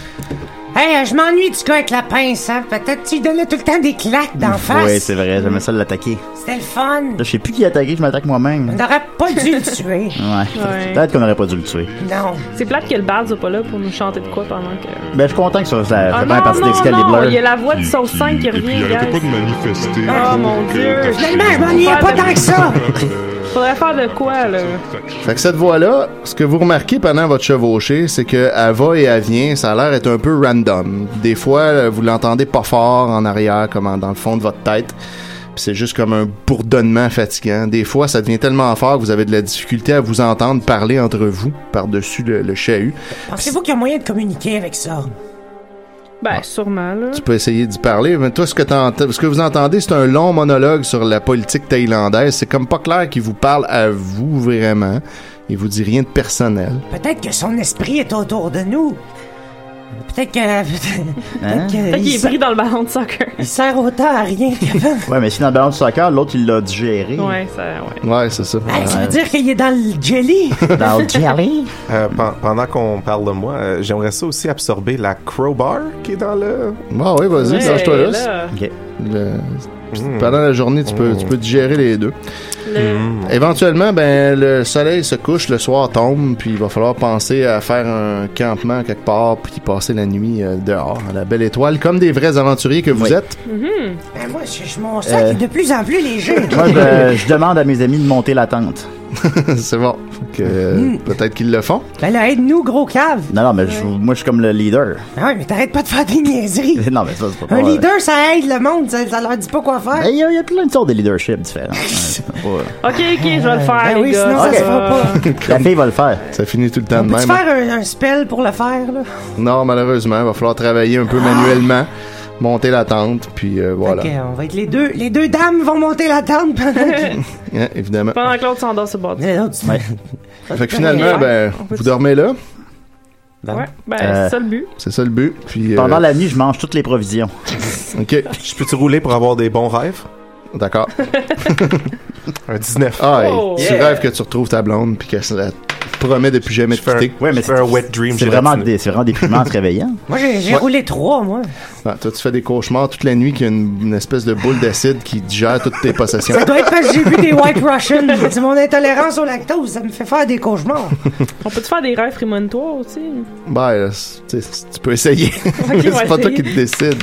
Hey, je m'ennuie du gars avec la pince, hein? Peut-être tu lui donnais tout le temps des claques d'en face. Oui, c'est vrai, j'aimais ça l'attaquer. C'était le fun. Là, je sais plus qui attaquer, je m'attaque moi-même. On n'aurait pas dû le tuer. Ouais. Peut-être qu'on n'aurait pas dû le tuer. Non. C'est plate que le Bard soit pas là pour nous chanter de quoi pendant que... Ben, je suis content que ça fait bien non, partie d'Excalibur. Il y a la voix de Sauce 5 qui revient, Il arrêtait pas de manifester. Oh mon Dieu. Finalement, je m'ennuyais pas tant que ça. Faudrait faire de quoi, là? Fait que cette voix-là, ce que vous remarquez pendant votre chevauchée, c'est qu'elle va et elle vient, ça a l'air d'être un peu random. Des fois, vous l'entendez pas fort en arrière, comme dans le fond de votre tête. Puis c'est juste comme un bourdonnement fatigant. Des fois, ça devient tellement fort que vous avez de la difficulté à vous entendre parler entre vous, par-dessus le chahut. Pensez-vous qu'il y a moyen de communiquer avec ça? Ben, sûrement, là. Tu peux essayer d'y parler, mais toi, ce que vous entendez, c'est un long monologue sur la politique thaïlandaise. C'est comme pas clair qu'il vous parle à vous, vraiment. Il vous dit rien de personnel. Peut-être que son esprit est autour de nous. Peut-être qu'il est pris dans le ballon de soccer. Il sert autant à rien qu'avant. Ouais, mais si dans le ballon de soccer, l'autre, il l'a digéré. Ouais, c'est ça. Ça veut dire qu'il est dans le jelly. Dans le jelly? Pendant qu'on parle de moi, j'aimerais ça aussi absorber la crowbar qui est dans le... Ah oui, vas-y, lâche-toi là. OK. Pendant la journée, tu peux digérer les deux. Éventuellement, ben le soleil se couche, le soir tombe, puis il va falloir penser à faire un campement quelque part, puis passer la nuit dehors, à la belle étoile, comme des vrais aventuriers que vous êtes. Ben moi, mon sac est de plus en plus léger. Moi, je demande à mes amis de monter la tente. C'est bon. Peut-être qu'ils le font. Ben là, aide-nous, gros cave. Non, mais moi, je suis comme le leader. Ah ouais, mais t'arrêtes pas de faire des niaiseries. Non, mais ça, c'est pas Un leader, ça aide le monde, ça leur dit pas quoi faire. Il y a plein de sortes de leadership différents. Ok, je vais le faire, les gars. Sinon, ça se fera pas. La fille va le faire. Ça finit tout le temps de même. Peux-tu faire un spell pour le faire, là? Non, malheureusement, il va falloir travailler un peu manuellement. Monter la tente, puis voilà. Ok, on va être les deux dames vont monter la tente pendant que... Yeah, évidemment. Pendant que l'autre s'endort sur le bord. Fait que finalement, vous dormez là. Ouais, c'est ça le but. C'est ça le but. Puis, pendant la nuit, je mange toutes les provisions. OK. Je peux-tu rouler pour avoir des bons rêves? D'accord. Un 19. Ah, tu rêves que tu retrouves ta blonde, puis qu'elle te promet de plus jamais te quitter. Ouais, mais c'est un wet dream. C'est vraiment déprimant en se réveillant. Moi, j'ai roulé 3, moi. Ah, toi, tu fais des cauchemars toute la nuit qu'il y a une espèce de boule d'acide qui digère toutes tes possessions. Ça doit être parce que j'ai vu des White Russians. C'est mon intolérance au lactose. Ça me fait faire des cauchemars. On peut-tu faire des rêves prémonitoires aussi? Ben, tu peux essayer. Mais c'est pas toi qui te décide.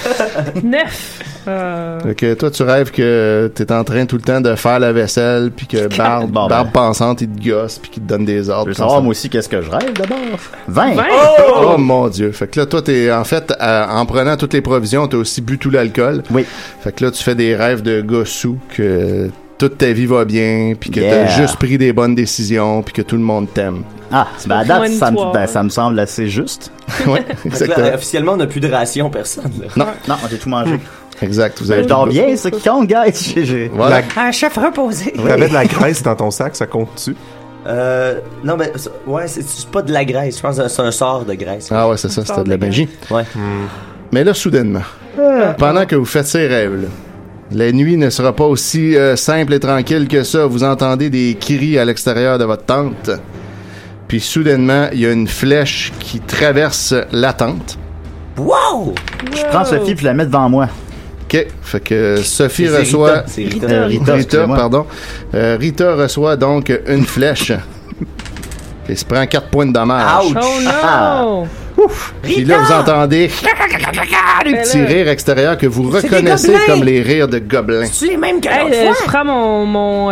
9. Ok, toi, tu rêves que t'es en train tout le temps de faire la vaisselle, puis que Barbe pensante, il te gosse, puis qu'il te donne des ordres. Je veux savoir, moi aussi, qu'est-ce que je rêve d'abord? 20! Oh mon Dieu! Fait que là, toi, t'es en fait, en prenant toutes les provisions, t'as aussi bu tout l'alcool. Oui. Fait que là, tu fais des rêves de gars sous, que toute ta vie va bien, puis que t'as juste pris des bonnes décisions, puis que tout le monde t'aime. Ah, ben à date, ça me semble assez juste. Oui, exactement. Là, officiellement, on n'a plus de ration, personne. Non, j'ai tout mangé. Exact. Vous avez je dors bien, c'est ce qui compte, guys. Voilà. Un chef reposé. T'avais de la graisse dans ton sac, ça compte-tu? Non, mais c'est pas de la graisse. Je pense que c'est un sort de graisse. Ah ouais, c'est ça, c'était de la magie. Ouais. Mais là, soudainement, pendant que vous faites ces rêves-là, la nuit ne sera pas aussi simple et tranquille que ça. Vous entendez des cris à l'extérieur de votre tente. Puis soudainement, il y a une flèche qui traverse la tente. Wow! Je prends Sophie puis je la mets devant moi. OK. Fait que Sophie reçoit... Rita, pardon. Rita reçoit donc une flèche. Et se prend 4 points de dommage. Ouch! Oh non! Ouf! Puis là, vous entendez des petits rires extérieurs que vous reconnaissez comme les rires de gobelins. C'est les mêmes que l'autre fois? Je prends mon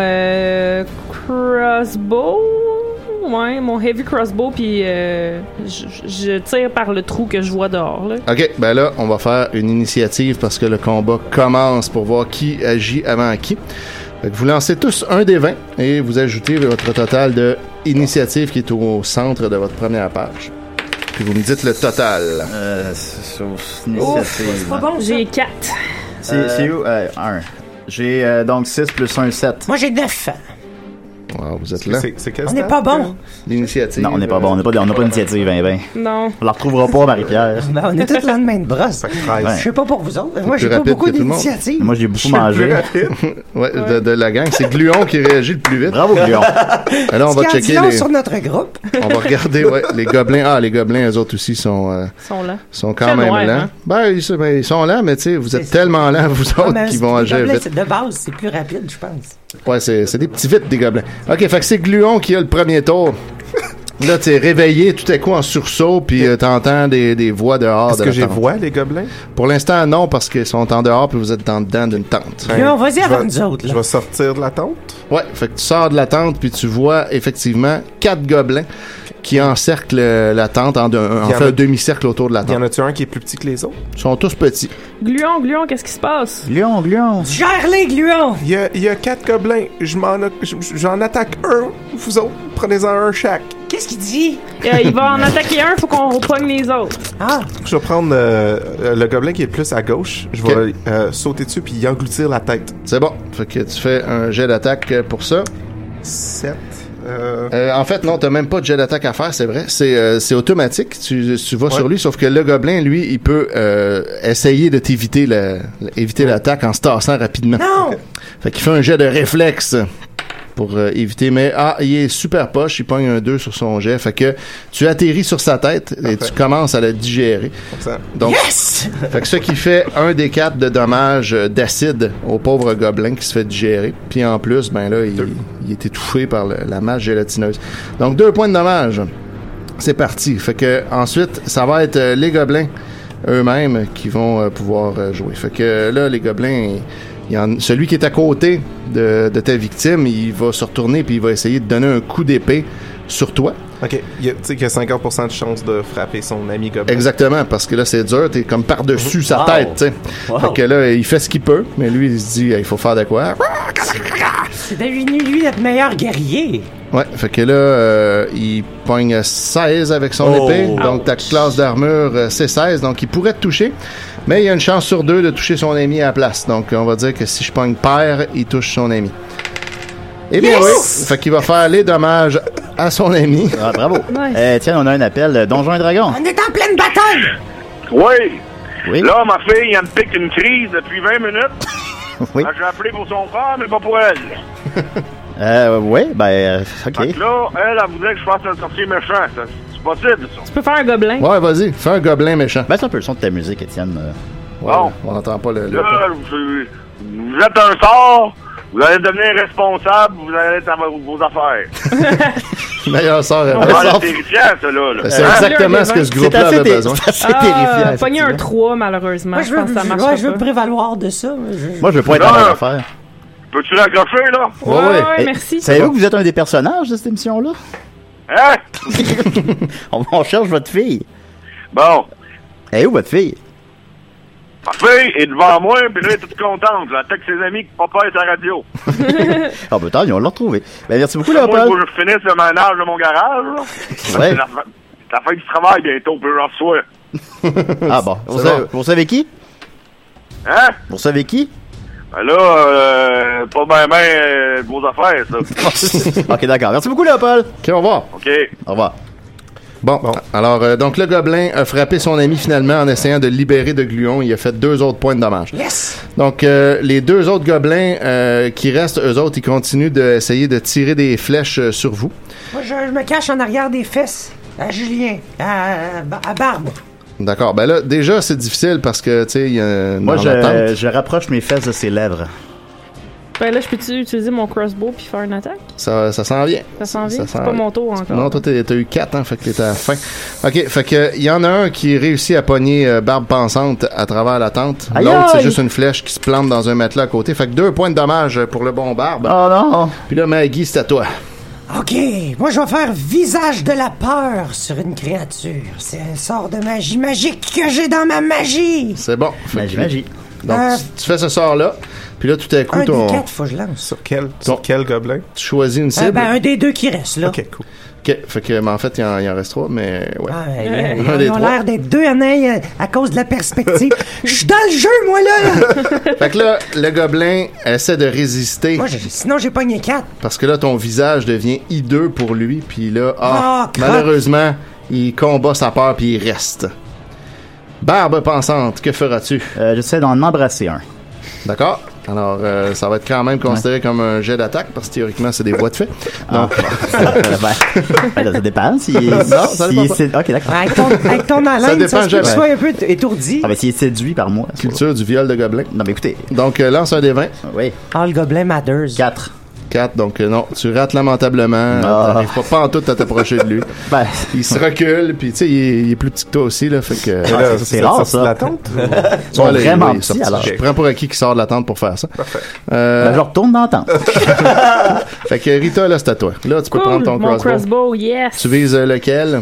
crossbow. Ouais, mon heavy crossbow, puis je tire par le trou que je vois dehors. Là. OK, ben là, on va faire une initiative parce que le combat commence pour voir qui agit avant qui. Fait que vous lancez tous un des 20 et vous ajoutez votre total de initiative qui est au centre de votre première page. Puis vous me dites le total. Initiative. C'est pas bon, j'ai 4. C'est où? 1. J'ai donc 6 plus 1, 7. Moi, j'ai 9. Wow, vous êtes là. C'est quel On n'est pas bon. L'initiative. Non, on n'est pas bon. On n'a pas d'initiative, ben. Non. On la retrouvera pas, Marie-Pierre. Ben, on est tous lendemain de brosse. Je sais pas pour vous autres. Moi, j'ai pas beaucoup d'initiatives. Moi, j'ai beaucoup mangé. Ouais, de la gang. C'est Gluon qui réagit le plus vite. Bravo, Gluon. Alors, on va checker sur notre groupe. On va regarder, les gobelins. Ah, les gobelins, eux autres aussi sont là. Sont quand même lents. Hein? Ben, ils sont lents, mais tu sais, vous êtes tellement lents, vous autres, qui vont agir vite. De base, c'est plus rapide, je pense. Ouais, c'est des petits vites, des gobelins. OK, fait que c'est Gluon qui a le premier tour. Là, t'es réveillé tout à coup en sursaut, puis t'entends des voix dehors. Est-ce que j'ai voix, les gobelins? Pour l'instant, non, parce qu'ils sont en dehors, puis vous êtes dedans d'une tente. On va-y avant nous autres. Je vais sortir de la tente? Ouais, fait que tu sors de la tente, puis tu vois effectivement 4 gobelins qui encerclent la tente, en fait un demi-cercle autour de la tente. Y en a-tu un qui est plus petit que les autres? Ils sont tous petits. Gluon, qu'est-ce qui se passe? Gluon. Gère-les, Gluon! Il y a 4 gobelins. J'en attaque un. Vous autres, prenez-en un chaque. Qu'est-ce qu'il dit? Il va en attaquer un, faut qu'on repogne les autres. Ah! Je vais prendre le gobelin qui est le plus à gauche. Je vais sauter dessus puis y engloutir la tête. C'est bon. Fait que tu fais un jet d'attaque pour ça. 7. En fait, non, t'as même pas de jet d'attaque à faire, c'est vrai. C'est automatique. Tu vas sur lui, sauf que le gobelin, lui, il peut essayer de éviter l'attaque en se tassant rapidement. Non! Fait qu'il fait un jet de réflexe. pour éviter. Mais il est super poche, il pogne un 2 sur son jet. Fait que tu atterris sur sa tête et tu commences à la digérer. Donc, yes! Fait que ce qui fait un des 4 de dommages d'acide au pauvre gobelin qui se fait digérer. Puis en plus, ben là, il est étouffé par la masse gélatineuse. Donc 2 points de dommage. C'est parti. Fait que ensuite, ça va être les gobelins eux-mêmes qui vont pouvoir jouer. Fait que là, les gobelins, celui qui est à côté de ta victime, il va se retourner puis il va essayer de donner un coup d'épée sur toi. OK. Tu sais qu'il y a 50% de chance de frapper son ami gobelin. Exactement, parce que là, c'est dur. T'es comme par-dessus sa tête, tu sais. Wow. Fait que là, il fait ce qu'il peut, mais lui, il se dit, il faut faire de quoi? C'est devenu, lui, notre meilleur guerrier. Ouais, fait que là, il pogne 16 avec son épée. Donc, ta classe d'armure, c'est 16. Donc, il pourrait te toucher. Mais il y a une chance sur 2 de toucher son ami à la place. Donc, on va dire que si je pogne paire, il touche son ami. Eh bien oui, fait qu'il va faire les dommages à son ami. Ah, bravo. Nice. Tiens, on a un appel. Donjon et Dragon. On est en pleine bataille! Oui. Là, ma fille, elle me pique une crise depuis 20 minutes. Oui. J'ai appelé pour son frère, mais pas pour elle. Oui, OK. Fait que là, elle voudrait que je fasse un sorcier méchant. C'est possible, ça. Tu peux faire un gobelin. Ouais, vas-y, fais un gobelin méchant. Baisse un peu le son de ta musique, Étienne. Bon. On n'entend pas le Là, vous êtes un sort, vous allez devenir responsable, vous allez être dans vos affaires. Meilleur sort. C'est terrifiant, ça, là. C'est exactement ce que ce groupe-là avait besoin. C'est assez terrifiant. Pogner un 3, malheureusement. Moi, je pense que ça marche. je veux me prévaloir de ça. Moi, je veux pas être en train de faire. Peux-tu l'accrocher, là? Ouais, merci. Savez-vous que vous êtes un des personnages de cette émission-là? Hein? On cherche votre fille. Bon. Elle est où, votre fille? Ma fille est devant moi, puis là, elle est toute contente. Elle attaque ses amis que papa est à la radio. Ah, ben, tant, ils ont l'a retrouvé. Ben, merci beaucoup, Moi, Léopold. il faut que je finisse le ménage de mon garage, là. Ouais. C'est la fin du travail bientôt, puis j'en reçois. Ah, bon. Vous savez qui? Hein? Vous savez qui? Ben là, pas ben de vos affaires, ça. Ok, d'accord. Merci beaucoup, Léopold. Ok, au revoir. OK. Au revoir. Bon, alors, donc le gobelin a frappé son ami finalement en essayant de le libérer de Gluon. Il a fait 2 autres points de dommage. Yes! Donc, les 2 autres gobelins qui restent, eux autres, ils continuent d'essayer de tirer des flèches sur vous. Moi, je me cache en arrière des fesses à Julien, à Barbe. D'accord. Ben là, déjà, c'est difficile parce que, tu sais, il y a une Moi, attente. je rapproche mes fesses de ses lèvres. Ben là, je peux-tu utiliser mon crossbow puis faire une attaque? Ça s'en vient. Ça s'en vient? C'est pas mon tour encore. Non, toi, t'as eu 4, hein, fait que t'es à la fin. OK, fait que, il y en a un qui réussit à pogner Barbe Pensante à travers la tente. L'autre, c'est juste une flèche qui se plante dans un matelas à côté. Fait que 2 points de dommage pour le bon Barbe. Oh non! Puis là, Maggie, c'est à toi. OK, moi je vais faire visage de la peur sur une créature. C'est un sort de magie magique que j'ai dans ma magie. C'est bon. Magie. Donc, tu fais ce sort-là, puis là, tout à coup, un des 4, faut que je lance. Sur quel gobelin? Tu choisis une cible. Un des 2 qui reste, là. OK, cool. OK, fait que, mais en fait, il en reste 3, mais ouais. Ils ont l'air d'être 2 en un à cause de la perspective. Je suis dans le jeu, moi, là! Fait que là, le gobelin essaie de résister. Moi, sinon, j'ai pogné 4. Parce que là, ton visage devient hideux pour lui, puis là, crotte. malheureusement, il combat sa peur, puis il reste. Barbe Pensante, que feras-tu? J'essaie d'en embrasser un. D'accord. Alors, ça va être quand même considéré comme un jet d'attaque, parce que théoriquement, c'est des voies de fait. Donc, ça dépend. Si, non, ça dépend pas. Ok, d'accord. Avec ton haleine, ça se peut que tu sois un peu étourdi. Ah, ben, s'il est séduit par moi. Culture du viol de gobelin. Non, mais écoutez. Donc, lance un des 20. Oui. Ah, le gobelin matters. 4. 4, donc non, tu rates lamentablement. T'arrives pas en tout à t'approcher de lui. Ben, il se recule, puis tu sais, il est plus petit que toi aussi, là, fait que... c'est rare, ça. La tente? Ils sont vraiment petits, alors. Je prends pour acquis qui sort de la tente pour faire ça. Parfait. Je retourne dans la tente. Fait que Rita, là, c'est à toi. Là, tu peux prendre ton mon crossbow, yes. Tu vises lequel?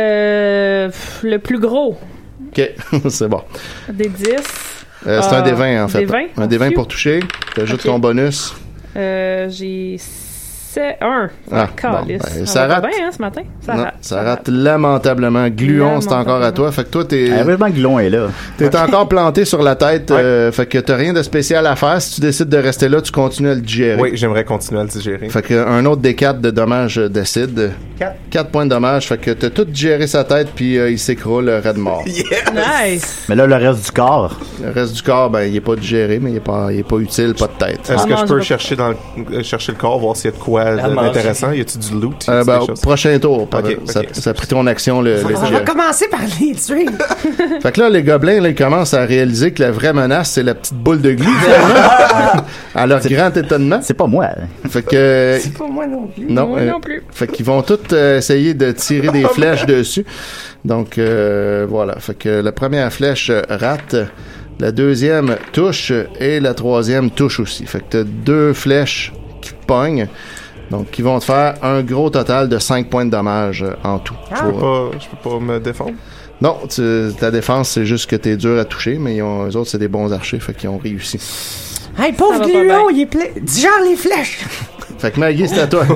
Le plus gros. OK, c'est bon. Des 10. C'est un des 20, en fait. Des 20? Un des 20 pour toucher. Tu ajoutes ton bonus. J'ai 1. Ça rate. Bien, hein, ce matin. Ça rate lamentablement. Gluon, c'est encore à toi. Fait que toi, heureusement que Gluon est là. T'es encore planté sur la tête. Fait que t'as rien de spécial à faire. Si tu décides de rester là, tu continues à le digérer. Oui, j'aimerais continuer à le digérer. Fait que un autre des 4 de dommages d'acide. 4 points de dommage. Fait que t'as tout digéré sa tête, puis il s'écroule raide mort. Yes! Nice! Mais là, le reste du corps. Le reste du corps, ben, il est pas digéré, mais il est pas utile, pas de tête. Est-ce que je peux chercher le corps, voir s'il y a de quoi d'intéressant? Y a-tu du loot? Prochain tour. Ça a pris ton action. On va commencer par les tuer. Fait que là, les gobelins, là, ils commencent à réaliser que la vraie menace, c'est la petite boule de glu, finalement. À leur grand étonnement. C'est pas moi. Fait que... C'est pas moi non plus. Non, moi non plus. Fait qu'ils vont tous essayer de tirer des flèches dessus. Donc, voilà. Fait que la première flèche rate, la deuxième touche et la troisième touche aussi. Fait que t'as 2 flèches qui pognent. Donc, qui vont te faire un gros total de 5 points de dommage en tout. Je peux pas me défendre? Non, ta défense, c'est juste que t'es dur à toucher, mais eux autres, c'est des bons archers, fait qu'ils ont réussi. Hey, pauvre Gluon, il est plein. Digère les flèches! Fait que Maggie, c'est à toi.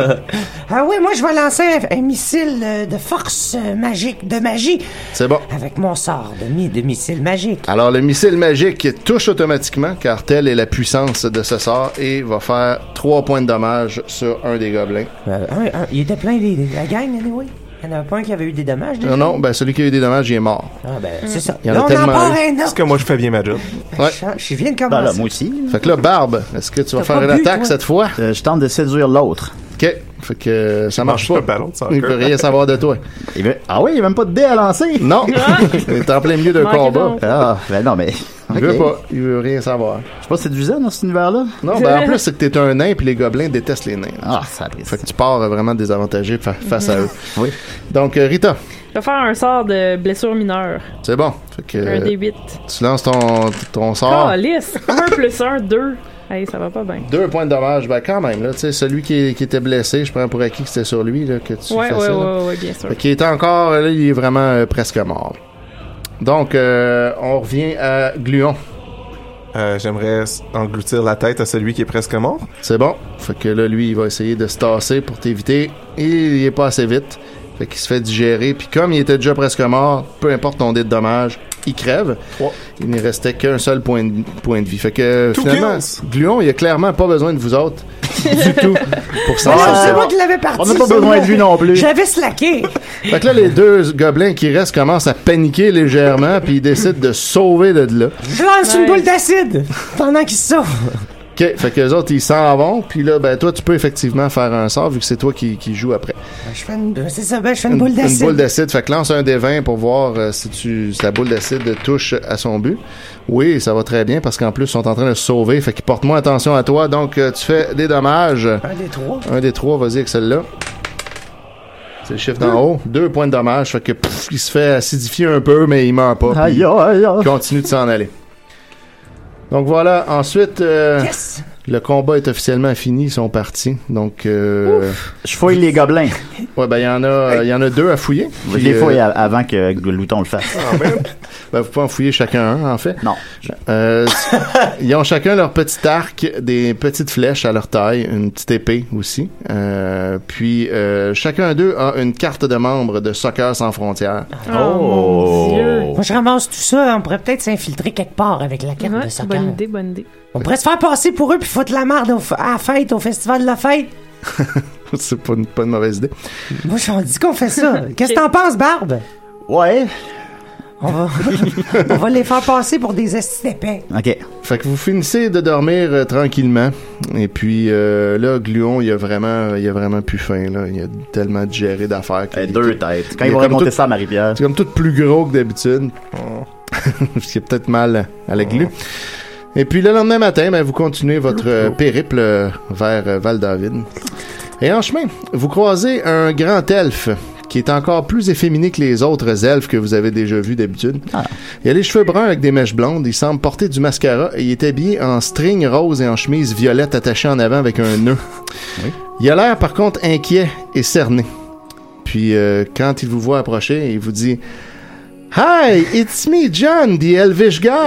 Ah oui, moi, je vais lancer un missile de force magique, de magie. C'est bon. Avec mon sort de missile magique. Alors, le missile magique touche automatiquement, car telle est la puissance de ce sort, et va faire 3 points de dommage sur un des gobelins. Il était plein la gang, anyway. Il n'y en avait pas un qui avait eu des dommages déjà? Non, celui qui a eu des dommages, il est mort. Ah, c'est ça. Il y en a tellement eu. Est-ce que moi, je fais bien ma job? Ouais. Je viens de commencer. Là, moi aussi. Fait que là, Barbe, est-ce que tu vas faire une attaque cette fois? Je tente de séduire l'autre. OK. Fait que ça marche pas. Il peut rien savoir de toi. Ah oui, il n'y a même pas de dé à lancer? Non. Il est en plein milieu d'un combat. Ah, ben non, mais... Il veut pas. Il veut rien savoir. Je sais pas séduisant dans cet univers-là. Non, en plus, c'est que t'es un nain puis les gobelins détestent les nains. Ah, ça a pris. Fait que tu pars vraiment désavantagé face à eux. Oui. Donc, Rita. Je vais faire un sort de blessure mineure. C'est bon. Fait que... Un D8. Tu lances ton sort. Ah, lisse. 1 plus 1, 2. Hey, ça va pas bien. 2 points de dommage. Ben, quand même, là, tu sais, celui qui était blessé, je prends pour acquis que c'était sur lui, là, que tu fais ça. Ouais, bien sûr. Fait qu'il est encore, là, il est vraiment presque mort. Donc, on revient à Gluon. J'aimerais engloutir la tête à celui qui est presque mort. C'est bon. Fait que là, lui, il va essayer de se tasser pour t'éviter. Et il est pas assez vite. Fait qu'il se fait digérer. Puis comme il était déjà presque mort, peu importe ton dé de dommage, il crève. 3. Il ne restait qu'un seul point de vie. Fait que finalement, Gluon, il a clairement pas besoin de vous autres du tout pour s'en sortir. C'est moi qui l'avais parti. On n'a pas besoin de lui non plus. J'avais slacké. Fait que là, les 2 gobelins qui restent commencent à paniquer légèrement, puis ils décident de se sauver de là. Je lance une boule d'acide pendant qu'ils se sauvent. OK, fait que les autres, ils s'en vont, puis là, ben, toi, tu peux effectivement faire un sort, vu que c'est toi qui joue après. Je fais une boule d'acide. Une boule d'acide, fait que lance un des 20 pour voir si la boule d'acide touche à son but. Oui, ça va très bien, parce qu'en plus, ils sont en train de se sauver, fait qu'ils portent moins attention à toi, donc tu fais des dommages. Un des 3, vas-y avec celle-là. C'est le chiffre d'en haut. 2 points de dommage, fait que il se fait acidifier un peu, mais il meurt pas. Aïe, aïe, aïe. Il continue de s'en aller. Donc voilà, ensuite, le combat est officiellement fini, ils sont partis. Donc, je fouille les gobelins. Ouais, ben il y en a 2 à fouiller. Je les fouille avant que Louton le fasse. Ben, vous pouvez en fouiller chacun un, en fait. Non. Ils ont chacun leur petit arc, des petites flèches à leur taille, une petite épée aussi. Puis, chacun d'eux a une carte de membre de Soccer sans frontières. Oh mon Dieu! Moi, je ramasse tout ça. On pourrait peut-être s'infiltrer quelque part avec la carte de Soccer. Bonne idée. On pourrait se faire passer pour eux puis foutre la merde à la fête, au festival de la fête. C'est pas une mauvaise idée. Moi, on dit qu'on fait ça. Qu'est-ce que t'en penses, Barbe? Ouais. On va les faire passer pour des estis épais. OK. Fait que vous finissez de dormir tranquillement. Et puis là, Gluon, il a vraiment plus faim. Là. Il a tellement digéré d'affaires. 2 têtes. Quand il va remonter ça à Marie-Pierre. C'est comme tout plus gros que d'habitude. C'est peut-être mal à la glu. Et puis le lendemain matin, ben, vous continuez votre périple vers Val-David. Et en chemin, vous croisez un grand elfe qui est encore plus efféminé que les autres elfes que vous avez déjà vus d'habitude. Ah. Il a les cheveux bruns avec des mèches blondes, il semble porter du mascara et il est habillé en string rose et en chemise violette attachée en avant avec un nœud. Oui. Il a l'air par contre inquiet et cerné. Puis quand il vous voit approcher, il vous dit « Hi, it's me, John, the elvish guy! »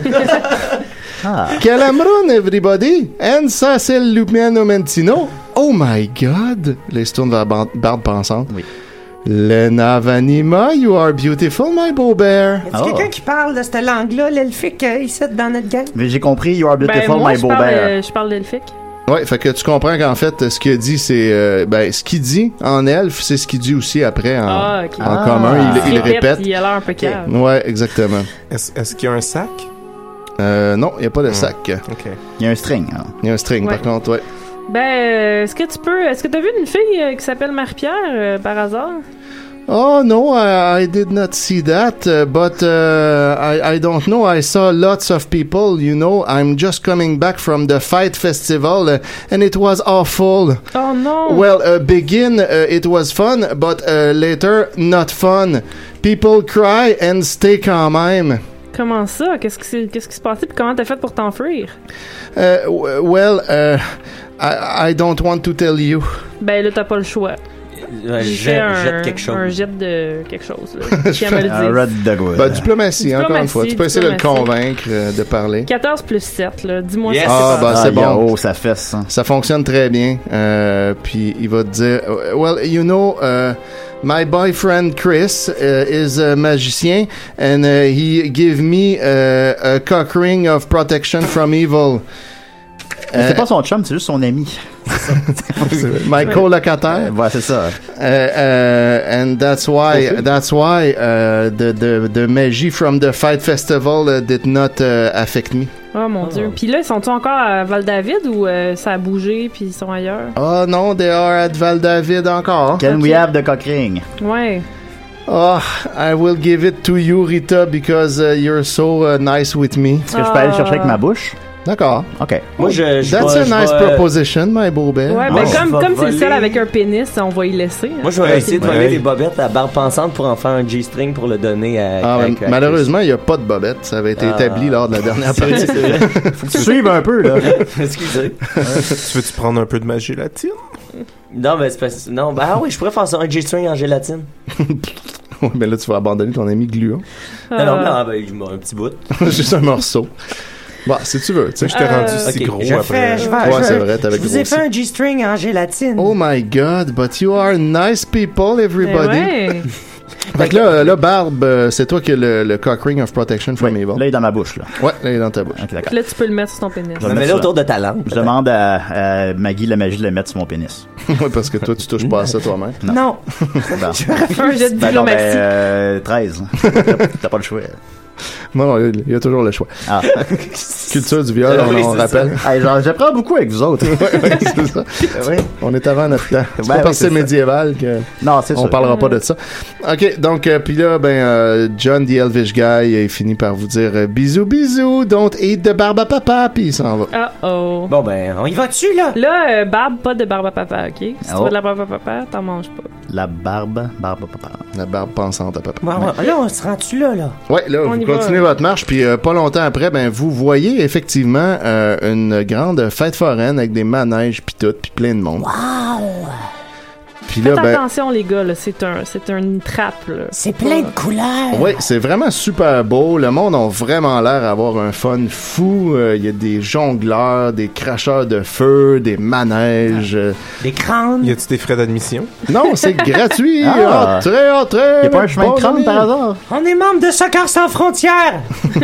Calamrun, everybody! And ça, c'est Lumiano Mentino. Oh my god! Là, il se tourne vers Barbe pensante. Oui. Lena Vanima, you are beautiful, my beau bear. Y a quelqu'un qui parle de cette langue-là, l'elfique, ici, dans notre gang? Mais j'ai compris, you are beautiful, my beau bear. Je parle d'elfique. Ouais, fait que tu comprends qu'en fait, ce qu'il dit, c'est... ce qu'il dit en elfe, c'est ce qu'il dit aussi après en commun. Il répète. Il a l'air un peu calme. Ouais, exactement. Est-ce qu'il y a un sac? Non, il n'y a pas de sac. OK. Il y a un string. Hein. Il y a un string, par contre, ouais. Ben, est-ce que t'as vu une fille qui s'appelle Marie-Pierre par hasard? Oh no, I did not see that, but I don't know. I saw lots of people, you know. I'm just coming back from the Fight Festival, and it was awful. Oh no. Well, it was fun, but later, not fun. People cry and stay quand même. Comment ça? Qu'est-ce qui se passait? Puis comment t'as fait pour t'enfuir? I don't want to tell you. Ben là, t'as pas le choix. Jette quelque chose. Un jet de quelque chose. Là. Qui me le dire. Ben, diplomatie, encore une fois. Tu peux essayer de le convaincre de parler. 14 plus 7, là. Dis-moi si c'est bon. Oh, ça fait ça. Ça fonctionne très bien. Puis il va te dire, well, you know, my boyfriend Chris is a magician and he gave me a cock ring of protection from evil. C'est pas son chum, c'est juste son ami. My colocataire. Ouais, c'est ça. And that's why the magie from the Fight Festival did not affect me. Oh mon Dieu. Puis là, ils sont-ils encore à Val-David ou ça a bougé puis ils sont ailleurs? Oh non, they are at Val-David encore. Can we have the cock ring? Ouais. Oh, I will give it to you, Rita, because you're so nice with me. Est-ce que je peux aller le chercher avec ma bouche? D'accord. OK. Moi, That's a nice proposition, my beau belle. Ouais, ben comme c'est le seul avec un pénis, on va y laisser. Hein. Moi, je vais essayer de voler des bobettes à barbe pensante pour en faire un G-string pour le donner à malheureusement, il n'y a pas de bobettes. Ça avait été établi lors de la dernière partie. Faut que tu suives un peu, là. Excusez. Tu veux-tu prendre un peu de ma gélatine? Non, mais c'est pas... Non, oui, je pourrais faire ça, un G-string en gélatine. Oui, mais là, tu vas abandonner ton ami gluant. Non, un petit bout. Juste un morceau. Bon, si tu veux. Tu sais, je t'ai rendu si gros après. C'est vrai, t'avais Je vous ai fait un G-string en gélatine. Oh my God, but you are nice people, everybody. Ouais. Fait que là, Barbe, c'est toi qui as le cock ring of protection from evil. Là, il est dans ma bouche, là. Ouais, là, il est dans ta bouche. Okay, d'accord. Là, tu peux le mettre sur ton pénis. Mais là, autour de ta langue. Je demande à Maggie la magie de le mettre sur mon pénis. Oui, parce que toi, tu touches pas à ça toi-même. Non. Bon. Je vais faire un jet de diplomatie. 13. T'as pas le choix. Non, il y a toujours le choix. Ah. Culture du viol, on rappelle. Hey, j'apprends beaucoup avec vous autres. Ouais, c'est ça. Oui. On est avant notre temps. C'est pas parce que c'est médiéval que on parlera pas de ça. OK, donc, puis là, John the Elvish Guy, il finit par vous dire bisous, bisous, don't eat de barbe à papa, puis il s'en va. Uh-oh. Bon, on y va-tu, là? Là, barbe, pas de barbe à papa, OK? Si tu veux de la barbe à papa, t'en manges pas. La barbe à papa. La barbe pensante à papa. Là, on se rend-tu là? Ouais, là, vous continuez votre marche, puis pas longtemps après, vous voyez effectivement une grande fête foraine avec des manèges, puis tout, puis plein de monde. Wow! Puis faites attention, les gars, là, c'est une trappe. Là. C'est plein de couleurs. Oui, c'est vraiment super beau. Le monde a vraiment l'air d'avoir un fun fou. Il y a des jongleurs, des cracheurs de feu, des manèges. Des crânes. Y a-tu des frais d'admission? Non, c'est gratuit. Entrez. Y a pas un chemin de crâne par hasard? On est membre de Soccer sans frontières.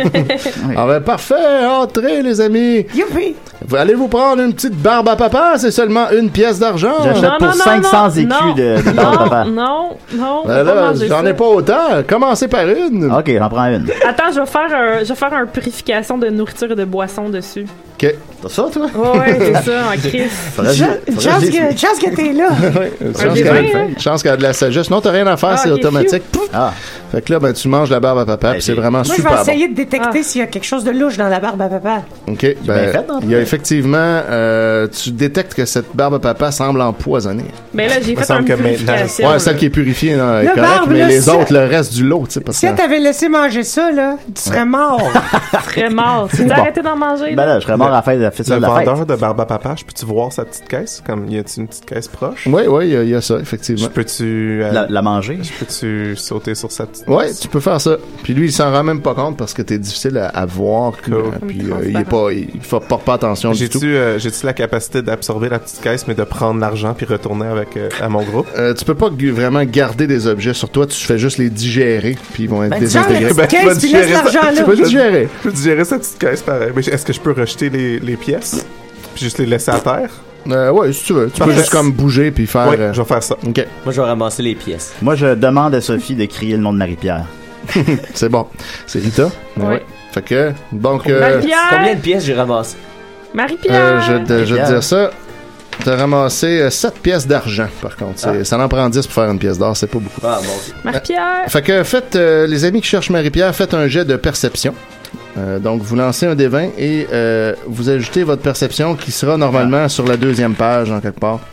Parfait. Entrez, les amis. Youpi. Vous allez vous prendre une petite barbe à papa, c'est seulement 1 pièce d'argent. J'achète pour 500 écus de barbe à papa. Non. Là, j'en ai pas autant. Commencez par une. OK, j'en prends une. Attends, je vais faire une purification de nourriture et de boissons dessus. OK. T'as ça, toi? Ouais, c'est ça, en crise. Chance que t'es là. Chance qu'elle a de la sagesse. Non, t'as rien à faire, c'est automatique. Fait que là, tu manges la barbe à papa, puis c'est vraiment super bon. Moi, je vais essayer de détecter s'il y a quelque chose de louche dans la barbe à papa. OK. Il y a effectivement... tu détectes que cette barbe à papa semble empoisonnée. Mais là, j'ai fait une purification. Ouais, celle qui est purifiée, non, est correcte, mais les autres, le reste du lot, tu sais, parce que... Si t'avais laissé manger ça, là, tu serais mort. Tu serais mort. Tu t'as arrêté d'en manger, là? Je serais mort à la fête de la fête. Le vendeur de barbe à papa, peux-tu voir sa petite caisse? Comme, y a-t-il une petite caisse proche? Oui, il y a ça, effectivement. Peux-tu... la manger? Peux-tu sauter sur sa petite... Ouais, tu peux faire ça. Puis lui, il s'en rend même pas compte parce que t'es difficile à voir. Puis il porte pas attention du tout. J'ai-tu la capacité d'absorber la petite caisse, mais de prendre l'argent puis retourner avec à mon groupe? Tu peux pas vraiment garder des objets sur toi, tu fais juste les digérer, puis ils vont être désintégrés. Tu peux digérer. Je peux digérer cette petite caisse pareil. Mais est-ce que je peux rejeter les pièces? Puis juste les laisser à terre? Ouais, si tu veux. Tu peux juste comme bouger puis faire... Oui, je vais faire ça. OK. Moi, je vais ramasser les pièces. Moi, je demande à Sophie de crier le nom de Marie-Pierre. C'est bon. C'est Rita? Oui. Fait que, donc... Combien de pièces j'ai ramassé? Marie-Pierre! Je vais te dire ça. T'as ramassé 7 pièces d'argent, par contre. Ça en prend 10 pour faire une pièce d'or, c'est pas beaucoup. Ah, bon. Marie-Pierre! Fait que faites, les amis qui cherchent Marie-Pierre, faites un jet de perception. Donc, vous lancez un D20 et vous ajoutez votre perception qui sera normalement sur la 2e page, en quelque part.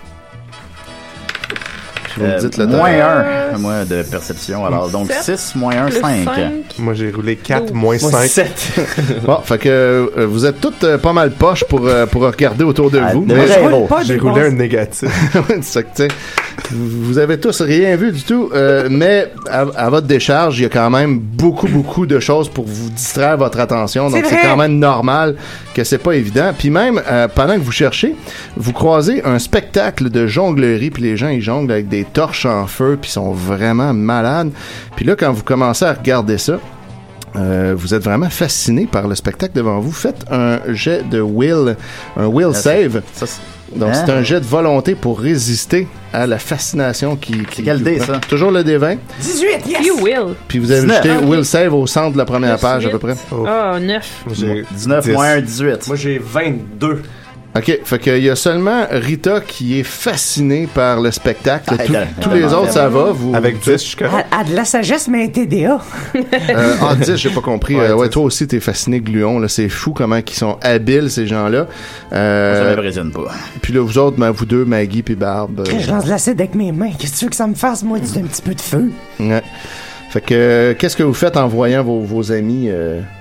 Vous me dites le moins 1, moi, de perception. Alors, donc 6, moins 1, 5. Moi, j'ai roulé 4, moins 5. 7. Bon, fait que vous êtes toutes pas mal poches pour regarder autour de vous. Mais j'ai roulé un négatif. C'est que, vous avez tous rien vu du tout, mais à votre décharge, il y a quand même beaucoup de choses pour vous distraire votre attention. Donc, c'est quand même normal que c'est pas évident. Puis même, pendant que vous cherchez, vous croisez un spectacle de jonglerie, puis les gens, ils jonglent avec des torches en feu, puis sont vraiment malades. Puis là, quand vous commencez à regarder ça, vous êtes vraiment fasciné par le spectacle devant vous. Faites un jet de will save. Donc, c'est un jet de volonté pour résister à la fascination qui c'est quel dé, ça? Toujours le D20. 18, yes! You will. Puis vous avez ajouté will save au centre de la première page, à peu près. Ah, 9. J'ai 19 10. moins 1, 18. Moi, j'ai 22. OK, fait qu'il y a seulement Rita qui est fascinée par le spectacle. Tous les autres, ça va. Avec 10, je suis correct. À de la sagesse, mais un TDA. 10, j'ai pas compris. Ouais, toi aussi, t'es fasciné, Gluon. Là. C'est fou comment ils sont habiles, ces gens-là. Ça m'impressionne pas. Puis là, vous autres, vous deux, Maggie puis Barbe. Je lance de l'acide avec mes mains. Qu'est-ce que tu veux que ça me fasse, moi, un petit peu de feu? Ouais. Fait que, qu'est-ce que vous faites en voyant vos amis...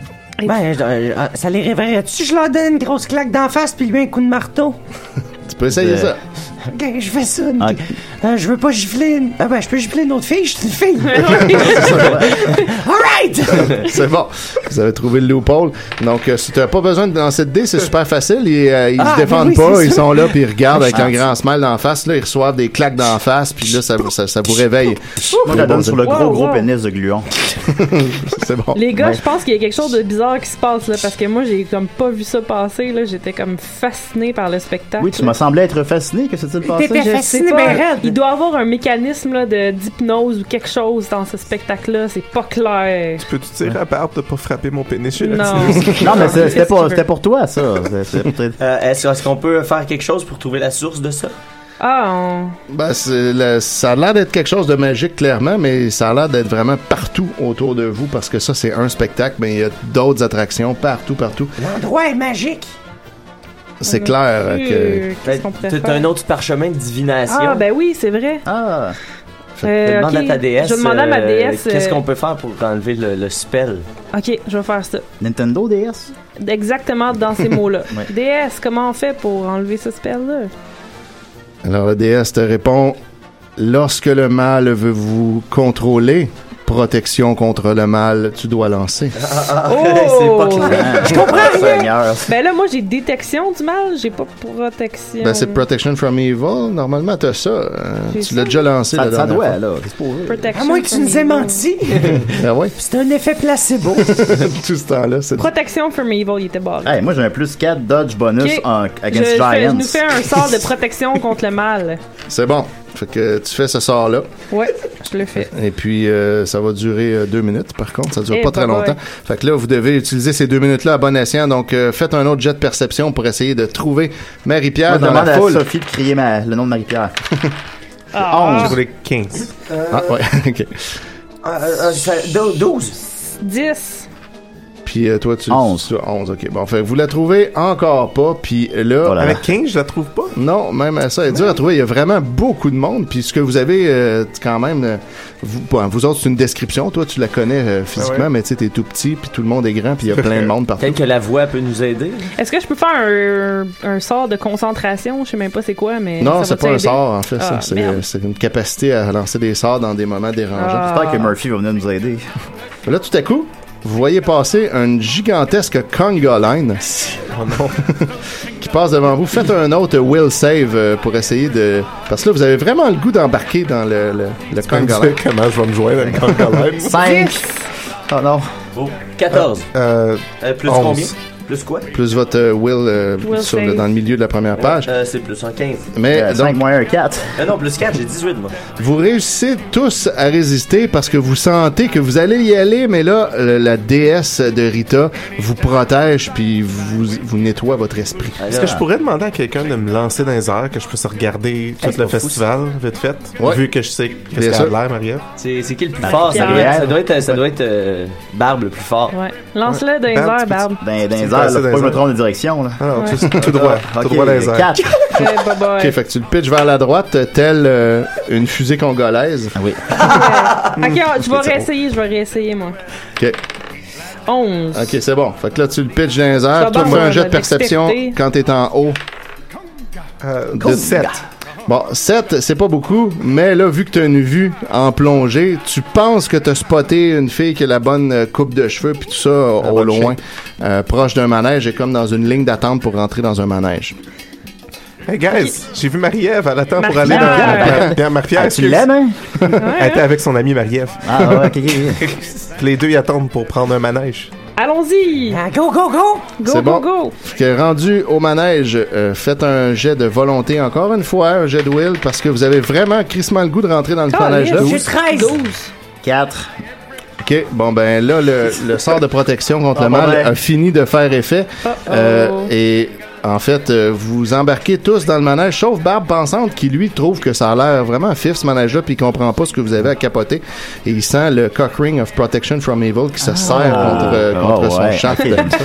ça les réveillerait-tu? Je leur donne une grosse claque d'en face puis lui un coup de marteau. Tu peux essayer ça. OK, je fais ça. Je veux pas gifler. Je peux gifler une autre fille. Je suis une fille. All right! C'est bon. Vous avez trouvé le loophole. Donc, si t'as pas besoin de lancer de dés, c'est super facile. Ils se défendent pas. Ils sont là puis ils regardent avec un grand smile d'en face. Là, ils reçoivent des claques d'en face puis là, ça vous réveille. Moi, je la donne sur le gros pénis de Gluon. C'est bon. Les gars, je pense qu'il y a quelque chose de bizarre qui se passe là parce que moi, j'ai comme pas vu ça passer. Là. J'étais comme fasciné par le spectacle. Oui, tu m'as semblé être fasciné. Que s'est-il passé? Je sais pas. Il doit y avoir un mécanisme là, d'hypnose ou quelque chose dans ce spectacle-là. C'est pas clair. Tu peux-tu dire à Barbe de pas frapper mon pénis chez Non. Non, mais c'était pour toi, ça. Est-ce qu'on peut faire quelque chose pour trouver la source de ça? Ça a l'air d'être quelque chose de magique, clairement, mais ça a l'air d'être vraiment partout autour de vous parce que ça, c'est un spectacle, mais il y a d'autres attractions partout. L'endroit est magique. C'est clair que... T'as un autre parchemin de divination. Ah, ben oui, c'est vrai. Demande à ta déesse. Je vais demander à ma déesse. Qu'est-ce qu'on peut faire pour enlever le spell? Ok, je vais faire ça. Nintendo DS? Exactement dans ces mots-là. Ouais. DS, comment on fait pour enlever ce spell-là? Alors la déesse te répond: lorsque le mal veut vous contrôler, protection contre le mal, tu dois lancer. C'est pas clair. Je comprends rien. Ben là, moi, j'ai détection du mal, j'ai pas protection. Ben, c'est protection from evil. Normalement, t'as ça. Tu l'as déjà lancé. Ça doit, là. À moins que tu nous aies menti. Ben oui. C'est un effet placebo. Tout ce temps-là. Protection from evil, il était barré. Hey, moi, j'ai un plus 4 dodge bonus against Giants. Je nous fais un sort de protection contre le mal. C'est bon. Fait que tu fais ce sort-là. Ouais, je le fais. Et puis, ça va durer 2 minutes, par contre. Ça dure pas très longtemps. Fait que là, vous devez utiliser ces 2 minutes-là à bon escient. Donc, faites un autre jet de perception pour essayer de trouver Marie-Pierre dans la foule. À Sophie de crier le nom de Marie-Pierre. 11. J'ai roulé 15. Ouais, OK. 12. 10. Puis toi, tu 11. 11, OK. Bon, fait vous la trouvez encore pas. Puis là... Voilà. Avec 15, je la trouve pas? Non, même à ça, elle est dure à trouver. Il y a vraiment beaucoup de monde. Puis ce que vous avez, quand même... vous autres, c'est une description. Toi, tu la connais physiquement, mais tu sais, t'es tout petit, puis tout le monde est grand, puis il y a plein de monde partout. Peut-être que la voix peut nous aider. Est-ce que je peux faire un sort de concentration? Je sais même pas c'est quoi, mais... Non, c'est pas un sort, en fait. Merde. C'est une capacité à lancer des sorts dans des moments dérangeants. J'espère que Murphy va venir nous aider. Là, tout à coup... Vous voyez passer une gigantesque conga line qui passe devant vous. Faites un autre will save pour essayer de... Parce que là, vous avez vraiment le goût d'embarquer dans le conga line. Comment je vais me joindre à une conga line? 5. Oh non. 14. Plus 11. combien? Plus quoi? Plus votre will, Will dans le milieu de la première page. C'est plus un 15. Mais, 5 moins un 4. Non, plus 4, j'ai 18, moi. Vous réussissez tous à résister parce que vous sentez que vous allez y aller, mais là, la déesse de Rita vous protège puis vous nettoie votre esprit. Est-ce que je pourrais demander à quelqu'un de me lancer dans les airs, que je puisse regarder tout le festival, vite fait, vu que je sais qu'est-ce qu'elle a l'air, Marie-Ève? C'est qui le plus fort? Ça doit être Barbe le plus fort. Ouais. Lance-le dans les airs, Barbe. Dans les airs, là, faut pas me tromper de direction, là. Alors, tout droit. Tout droit dans les airs. 4. Ok, fait que tu le pitches vers la droite, telle une fusée congolaise. Oui. Ok, je vais réessayer, moi. Ok. 11. Ok, c'est bon. Fait que là, tu le pitches dans les airs. Toi, fais un jet de perception quand t'es en haut. 7. Bon, 7, c'est pas beaucoup, mais là, vu que tu as une vue en plongée, tu penses que tu as spoté une fille qui a la bonne coupe de cheveux puis tout ça au loin, proche d'un manège et comme dans une ligne d'attente pour rentrer dans un manège. Hey guys, j'ai vu Marie-Ève, elle attend pour aller dans Marie-Pierre. Tu l'aimes, hein? Elle était avec son amie Marie-Ève. Ah ouais, ok. Les deux y attendent pour prendre un manège. Allons-y! Go, go, go! C'est bon. Rendu au manège, faites un jet de volonté encore une fois, un jet de will, parce que vous avez vraiment crissement le goût de rentrer dans le manège-là. J'ai 13. 12. 4. OK, bon ben là, le sort de protection contre le mal a fini de faire effet. Et en fait, vous embarquez tous dans le manège, sauf Barbe Pensante qui, lui, trouve que ça a l'air vraiment fif, ce manège-là, puis il comprend pas ce que vous avez à capoter. Et il sent le cock ring of protection from evil qui se serre contre son shaft.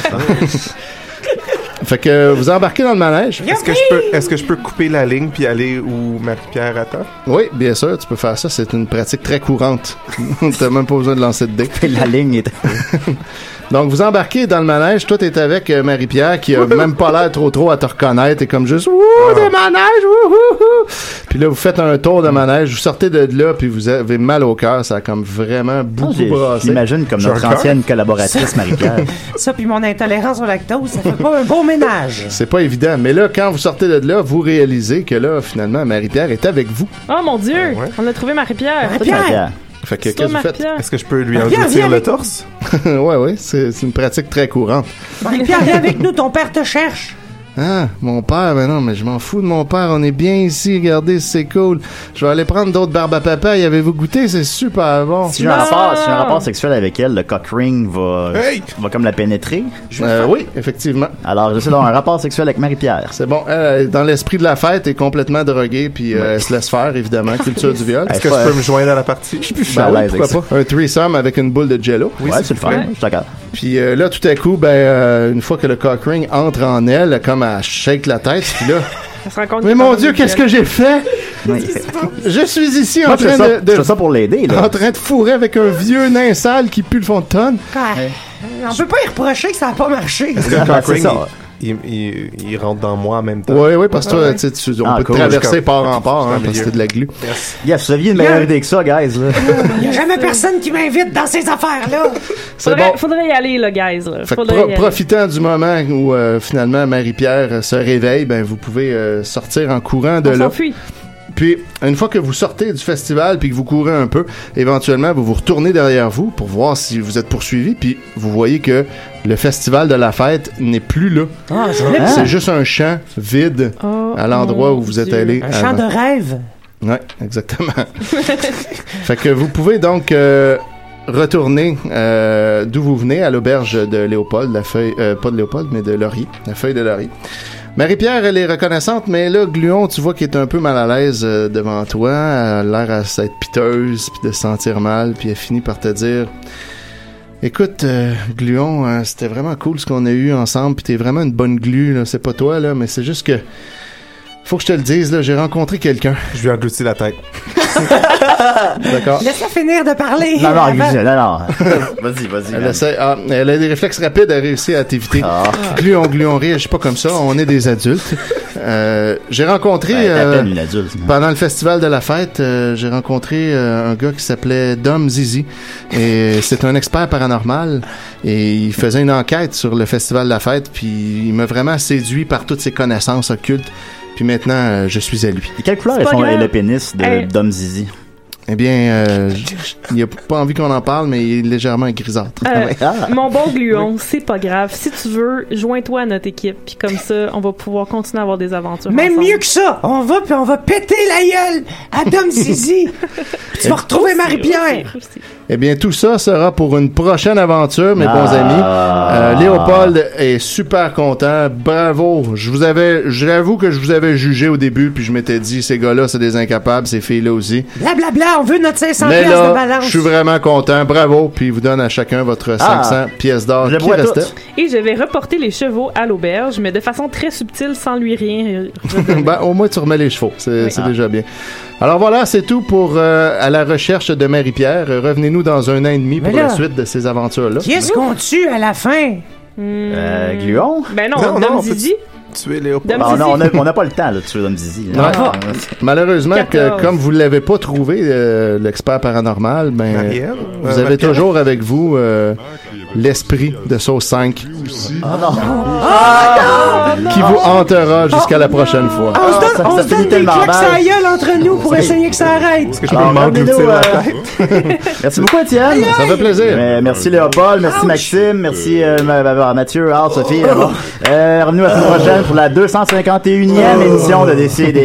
Fait que vous embarquez dans le manège. Est-ce que je peux couper la ligne puis aller où Marie-Pierre attend? Oui, bien sûr, tu peux faire ça. C'est une pratique très courante. T'as même pas besoin de lancer de dés. La ligne est... Donc, vous embarquez dans le manège. Toi, t'es avec Marie-Pierre qui a même pas l'air trop à te reconnaître. Et comme juste, wouh, des manèges, wouhou! Puis là, vous faites un tour de manège. Vous sortez de là, puis vous avez mal au cœur. Ça a comme vraiment beaucoup brassé. J'imagine comme notre ancienne collaboratrice Marie-Pierre. Ça, puis mon intolérance au lactose, ça fait pas un beau ménage. C'est pas évident. Mais là, quand vous sortez de là, vous réalisez que là, finalement, Marie-Pierre est avec vous. Oh mon Dieu! On a trouvé Marie-Pierre. Marie-Pierre! Fait que qu'est-ce que vous faites? Est-ce que je peux lui engloutir le torse? Oui, c'est une pratique très courante. Marie-Pierre, viens avec nous, ton père te cherche. Ah, mon père, ben non, mais je m'en fous de mon père, on est bien ici, regardez, c'est cool. Je vais aller prendre d'autres barbes à papa, avez-vous goûté? C'est super bon. Si j'ai un rapport sexuel avec elle, le cock ring va comme la pénétrer? Oui, effectivement. Alors, j'essaie d'avoir un rapport sexuel avec Marie-Pierre. C'est bon, dans l'esprit de la fête, est complètement droguée, puis elle se laisse faire, évidemment, culture du viol. Est-ce que je peux me joindre à la partie? Je suis plus à l'aise pourquoi pas? Un threesome avec une boule de jello. Oui, c'est le fun, je suis d'accord. Puis là, tout à coup, une fois que le cock ring entre en elle, comme elle shake la tête, puis là... Mais mon Dieu, qu'est-ce que j'ai fait? Je suis ici en train de... Je fais ça pour l'aider, là. En train de fourrer avec un vieux nain sale qui pue le fond de tonne. On peut pas y reprocher que ça a pas marché. Le cock ring, il rentre dans moi en même temps. Oui, parce que toi, on peut te traverser part en part, parce que c'est de la glu. Yes, vous aviez une meilleure idée que ça, guys. Il y a jamais personne qui m'invite dans ces affaires-là. Faudrait y aller, là, guys. Profitant du moment où finalement Marie-Pierre se réveille, vous pouvez sortir en courant de là. S'enfuit. Puis, une fois que vous sortez du festival puis que vous courez un peu, éventuellement, vous vous retournez derrière vous pour voir si vous êtes poursuivi, puis vous voyez que le festival de la fête n'est plus là. C'est juste un champ vide à l'endroit où vous êtes allé. Un champ de rêve. Oui, exactement. Fait que vous pouvez donc retourner d'où vous venez, à l'auberge de Léopold, pas de Léopold, mais de Laurier, la feuille de Laurier. Marie-Pierre, elle est reconnaissante, mais là, Gluon, tu vois qu'elle est un peu mal à l'aise devant toi. Elle a l'air à s'être piteuse, puis de se sentir mal, puis elle finit par te dire... Écoute, Gluon, c'était vraiment cool ce qu'on a eu ensemble, puis t'es vraiment une bonne glu, là. C'est pas toi, là, mais c'est juste que... Faut que je te le dise, là, j'ai rencontré quelqu'un. Je lui ai englouti la tête. D'accord. Laisse-la finir de parler. Non. Vas-y. Elle a des réflexes rapides, elle a réussi à t'éviter. Gluon, réagis pas comme ça, on est des adultes. J'ai rencontré... une adulte. Pendant le festival de la fête, j'ai rencontré un gars qui s'appelait Dom Zizi. Et c'est un expert paranormal. Et il faisait une enquête sur le festival de la fête, puis il m'a vraiment séduit par toutes ses connaissances occultes. Puis maintenant, je suis à lui. Et quelle couleur est le pénis de Dom Zizi? Eh bien, il n'a pas envie qu'on en parle, mais il est légèrement grisâtre. Mon bon gluon, c'est pas grave. Si tu veux, joins-toi à notre équipe, puis comme ça, on va pouvoir continuer à avoir des aventures Même ensemble. mieux que ça, on va péter la gueule à Dom Zizi. Tu vas retrouver Marie-Pierre. Eh bien, tout ça sera pour une prochaine aventure, mes bons amis. Léopold est super content. Bravo. J'avoue que je vous avais jugé au début, puis je m'étais dit, ces gars-là, c'est des incapables, ces filles-là aussi. Blablabla, on veut notre 500 Mais pièces là, de balance. je suis vraiment content. Bravo. Puis il vous donne à chacun votre 500 pièces d'or qui restait. Et je vais reporter les chevaux à l'auberge, mais de façon très subtile, sans lui rien. Ben, au moins, tu remets les chevaux. C'est déjà bien. Alors voilà, c'est tout pour à la recherche de Marie-Pierre. Revenez-nous dans 1 an et demi pour la suite de ces aventures-là. Qui est-ce qu'on tue à la fin? Gluon? Ben non, Dom Zizi. Tuer Léopold. On n'a pas le temps de tuer Dom Zizi. Malheureusement, comme vous ne l'avez pas trouvé, l'expert paranormal, vous avez toujours avec vous l'esprit de Sauce 5 qui vous hantera jusqu'à la prochaine fois. On se donne des claques à la gueule entre nous pour essayer que ça arrête. Est-ce que je peux m'engloutir la tête? Merci beaucoup, Étienne. Ça fait plaisir. Merci Léopold, merci Maxime, merci Mathieu, Sophie. Revenez-nous la semaine prochaine pour la 251e émission de DCD.